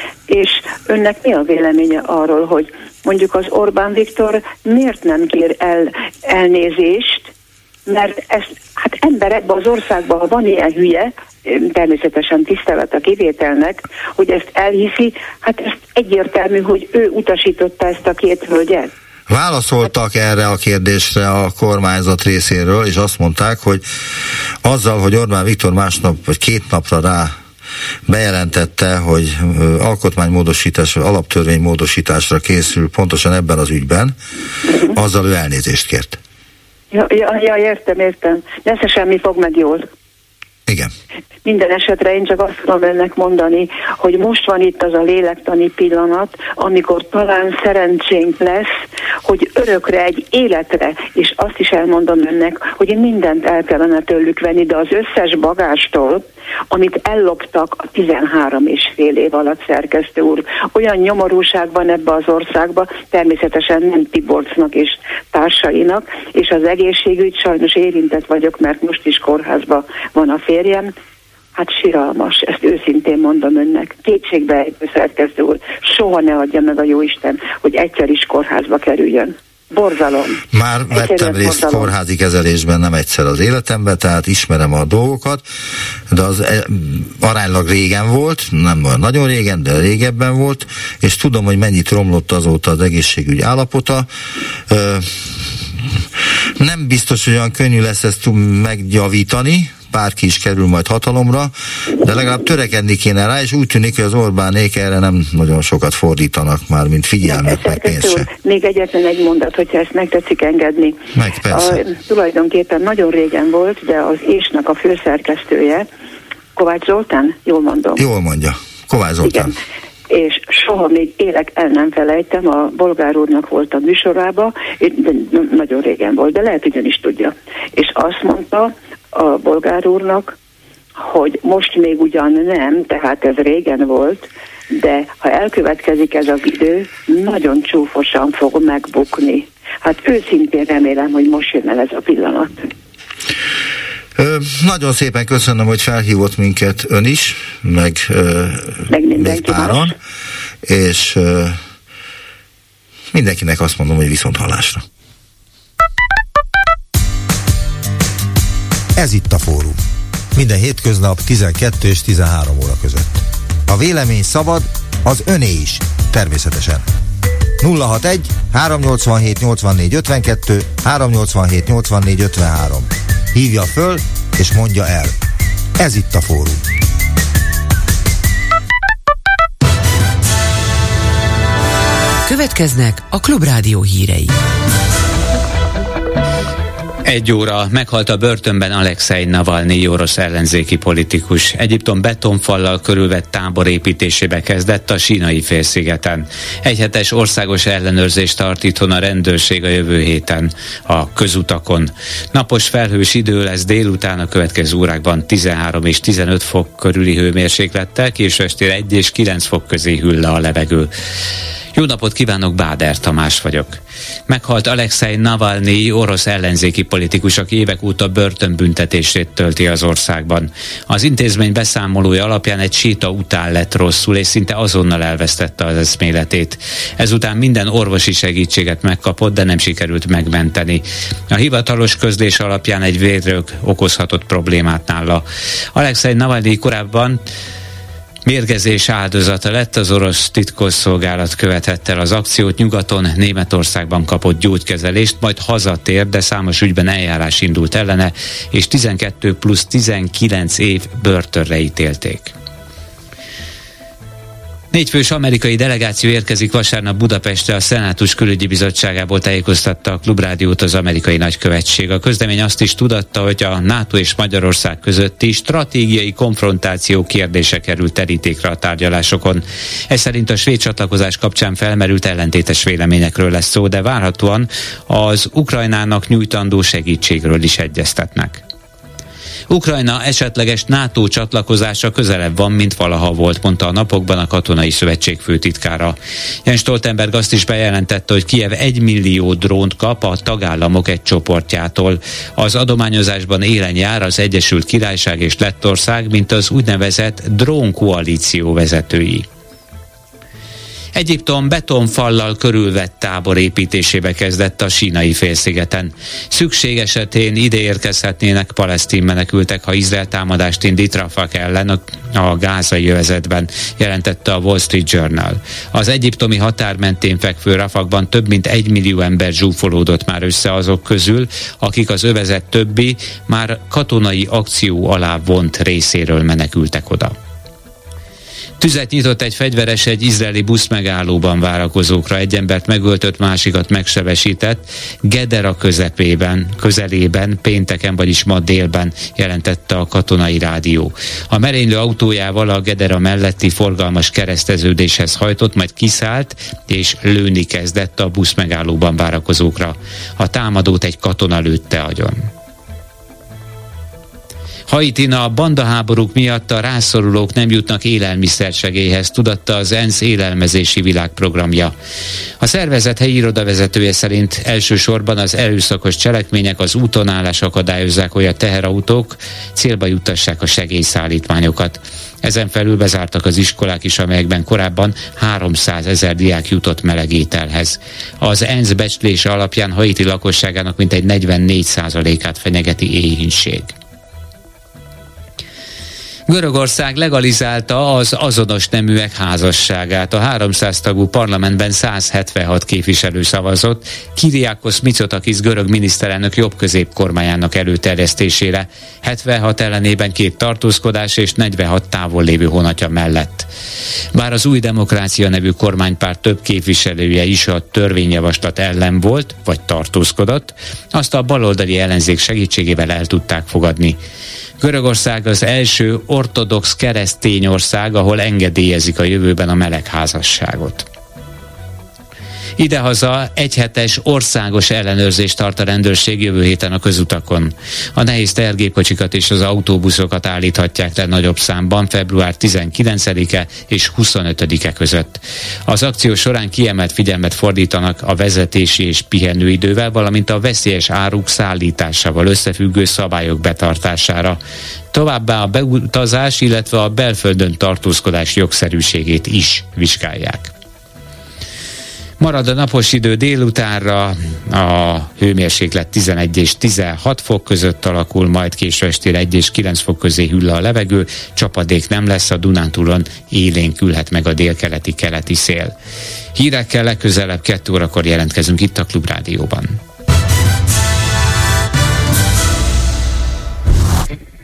és önnek mi a véleménye arról, hogy mondjuk az Orbán Viktor miért nem kér el elnézést, mert ez, hát ember ebben az országban, ha van ilyen hülye, természetesen tisztelet a kivételnek, hogy ezt elhiszi, hát ez egyértelmű, hogy ő utasította ezt a két hölgyet. Válaszoltak erre a kérdésre a kormányzat részéről, és azt mondták, hogy azzal, hogy Orbán Viktor másnap, vagy két napra rá bejelentette, hogy alkotmánymódosítás, alaptörvénymódosításra készül pontosan ebben az ügyben, uh-huh. azzal ő elnézést kért. Ja, ja, ja értem, értem. Nesze semmi fog meg jól. Igen. Minden esetre én csak azt tudom önnek mondani, hogy most van itt az a lélektani pillanat, amikor talán szerencsénk lesz, hogy örökre, egy életre, és azt is elmondom önnek, hogy mindent el kellene tőlük venni, de az összes bagástól, amit elloptak a tizenhárom és fél év alatt, szerkesztő úr. Olyan nyomorúság van ebbe az országba, természetesen nem Tiborcnak és társainak, és az egészségügy, sajnos érintett vagyok, mert most is kórházban van a férjem. Hát siralmas, ezt őszintén mondom önnek. Kétségbeejtő, szerkesztő úr, soha ne adja meg a jóisten, hogy egyszer is kórházba kerüljön. Borzalom. Már vettem Egyszerűen részt borzalom. Kórházi kezelésben nem egyszer az életemben, tehát ismerem a dolgokat, de az aránylag régen volt, nem olyan nagyon régen, de régebben volt, és tudom, hogy mennyit romlott azóta az egészségügy állapota. Nem biztos, hogy olyan könnyű lesz ezt megjavítani, bárki is kerül majd hatalomra, de legalább törekedni kéne rá, és úgy tűnik, hogy az Orbánék erre nem nagyon sokat fordítanak már, mint figyelmet, meg pénzt se. Még egyetlen egy mondat, hogyha ezt meg tetszik engedni. Meg, persze. A, tulajdonképpen nagyon régen volt, de az ésnek a főszerkesztője, Kovács Zoltán, jól mondom. Jól mondja, Kovács Zoltán. Igen. És soha még élek el nem felejtem, a Bolgár úrnak volt a műsorába, nagyon régen volt, de lehet, hogy ön is tudja. És azt mondta a Bolgár úrnak, hogy most még ugyan nem, tehát ez régen volt, de ha elkövetkezik ez az idő, nagyon csúfosan fog megbukni. Hát őszintén remélem, hogy most jön el ez a pillanat. Ö, nagyon szépen köszönöm, hogy felhívott minket ön is, meg, ö, meg még páran, más. És ö, mindenkinek azt mondom, hogy viszont hallásra. Ez itt a Fórum. Minden hétköznap tizenkettő és tizenhárom óra között. A vélemény szabad, az öné is, természetesen. nulla hatvanegy háromnyolcvanhét nyolcvannégy ötvenkettő háromnyolcvanhét nyolcvannégy ötvenhárom. Hívja föl és mondja el. Ez itt a Fórum. Következnek a Klubrádió hírei. Egy óra meghalt a börtönben Alexei Navalnyi orosz ellenzéki politikus. Egyiptom betonfallal körülvett tábor építésébe kezdett a Sínai félszigeten. Egyhetes országos ellenőrzést tart itthon a rendőrség a jövő héten a közutakon. Napos felhős idő lesz délután, a következő órákban tizenhárom és tizenöt fok körüli hőmérséklettel, késő estére egy és kilenc fok közé hűl le a levegő. Jó napot kívánok, Báder Tamás vagyok. Meghalt Alexei Navalnyi orosz ellenzéki politikus, aki évek óta börtönbüntetését tölti az országban. Az intézmény beszámolója alapján egy séta után lett rosszul, és szinte azonnal elvesztette az eszméletét. Ezután minden orvosi segítséget megkapott, de nem sikerült megmenteni. A hivatalos közlés alapján egy vérrög okozhatott problémát nála. Alexei Navalnyi korábban mérgezés áldozata lett, az orosz titkosszolgálat követette el az akciót, nyugaton, Németországban kapott gyógykezelést, majd hazatért, de számos ügyben eljárás indult ellene, és tizenkettő plusz tizenkilenc év börtönre ítélték. Négy fős amerikai delegáció érkezik vasárnap Budapestre, a Szenátus Külügyi Bizottságából tájékoztatta a Klubrádiót az amerikai nagykövetség. A közlemény azt is tudatta, hogy a NATO és Magyarország közötti stratégiai konfrontáció kérdése került terítékre a tárgyalásokon. Ez szerint a svéd csatlakozás kapcsán felmerült ellentétes véleményekről lesz szó, de várhatóan az Ukrajnának nyújtandó segítségről is egyeztetnek. Ukrajna esetleges NATO csatlakozása közelebb van, mint valaha volt, mondta a napokban a Katonai Szövetség főtitkára. Jens Stoltenberg azt is bejelentette, hogy Kijev egy millió drónt kap a tagállamok egy csoportjától. Az adományozásban élen jár az Egyesült Királyság és Lettország, mint az úgynevezett drónkoalíció vezetői. Egyiptom betonfallal körülvett tábor építésébe kezdett a Sínai félszigeten. Szükség esetén ide érkezhetnének palesztin menekültek, ha Izrael támadást indít Rafah ellen a, a gázai övezetben, jelentette a Wall Street Journal. Az egyiptomi határ mentén fekvő Rafahban több mint egy millió ember zsúfolódott már össze azok közül, akik az övezet többi, már katonai akció alá vont részéről menekültek oda. Tüzet nyitott egy fegyveres egy izraeli buszmegállóban várakozókra, egy embert megöltött, másikat megsebesített, Gedera közepében, közelében, pénteken, vagyis ma délben, jelentette a katonai rádió. A merénylő autójával a Gedera melletti forgalmas kereszteződéshez hajtott, majd kiszállt és lőni kezdett a buszmegállóban várakozókra. A támadót egy katona lőtte agyon. Haitin a bandaháborúk miatt a rászorulók nem jutnak élelmiszersegélyhez, tudatta az ENSZ élelmezési világprogramja. A szervezet helyi irodavezetője szerint elsősorban az erőszakos cselekmények, az útonállás akadályozzák, hogy a teherautók célba juttassák a segélyszállítmányokat. Ezen felül bezártak az iskolák is, amelyekben korábban háromszázezer diák jutott melegételhez. Az ENSZ becslése alapján Haiti lakosságának mintegy negyvennégy százalékát fenyegeti éhínség. Görögország legalizálta az azonos neműek házasságát. A háromszáz tagú parlamentben száz hetvenhat képviselő szavazott Kyriakos Mitsotakis görög miniszterelnök jobb-közép kormányának előterjesztésére, hetvenhat ellenében két tartózkodás és negyvenhat távol lévő honatja mellett. Bár az Új Demokrácia nevű kormánypárt több képviselője is a törvényjavaslat ellen volt, vagy tartózkodott, azt a baloldali ellenzék segítségével el tudták fogadni. Görögország az első ortodox keresztény ország, ahol engedélyezik a jövőben a melegházasságot. Idehaza egyhetes országos ellenőrzést tart a rendőrség jövő héten a közutakon. A nehéz tehergépkocsikat és az autóbuszokat állíthatják le nagyobb számban február tizenkilencedike és huszonötödike között. Az akció során kiemelt figyelmet fordítanak a vezetési és pihenőidővel, valamint a veszélyes áruk szállításával összefüggő szabályok betartására. Továbbá a beutazás, illetve a belföldön tartózkodás jogszerűségét is vizsgálják. Marad a napos idő délutánra, a hőmérséklet tizenegy és tizenhat fok között alakul, majd késő estére egy és kilenc fok közé hűl a levegő, csapadék nem lesz, a Dunántúlon élénkülhet meg a délkeleti keleti szél. Hírekkel legközelebb kettő órakor jelentkezünk itt a Klubrádióban.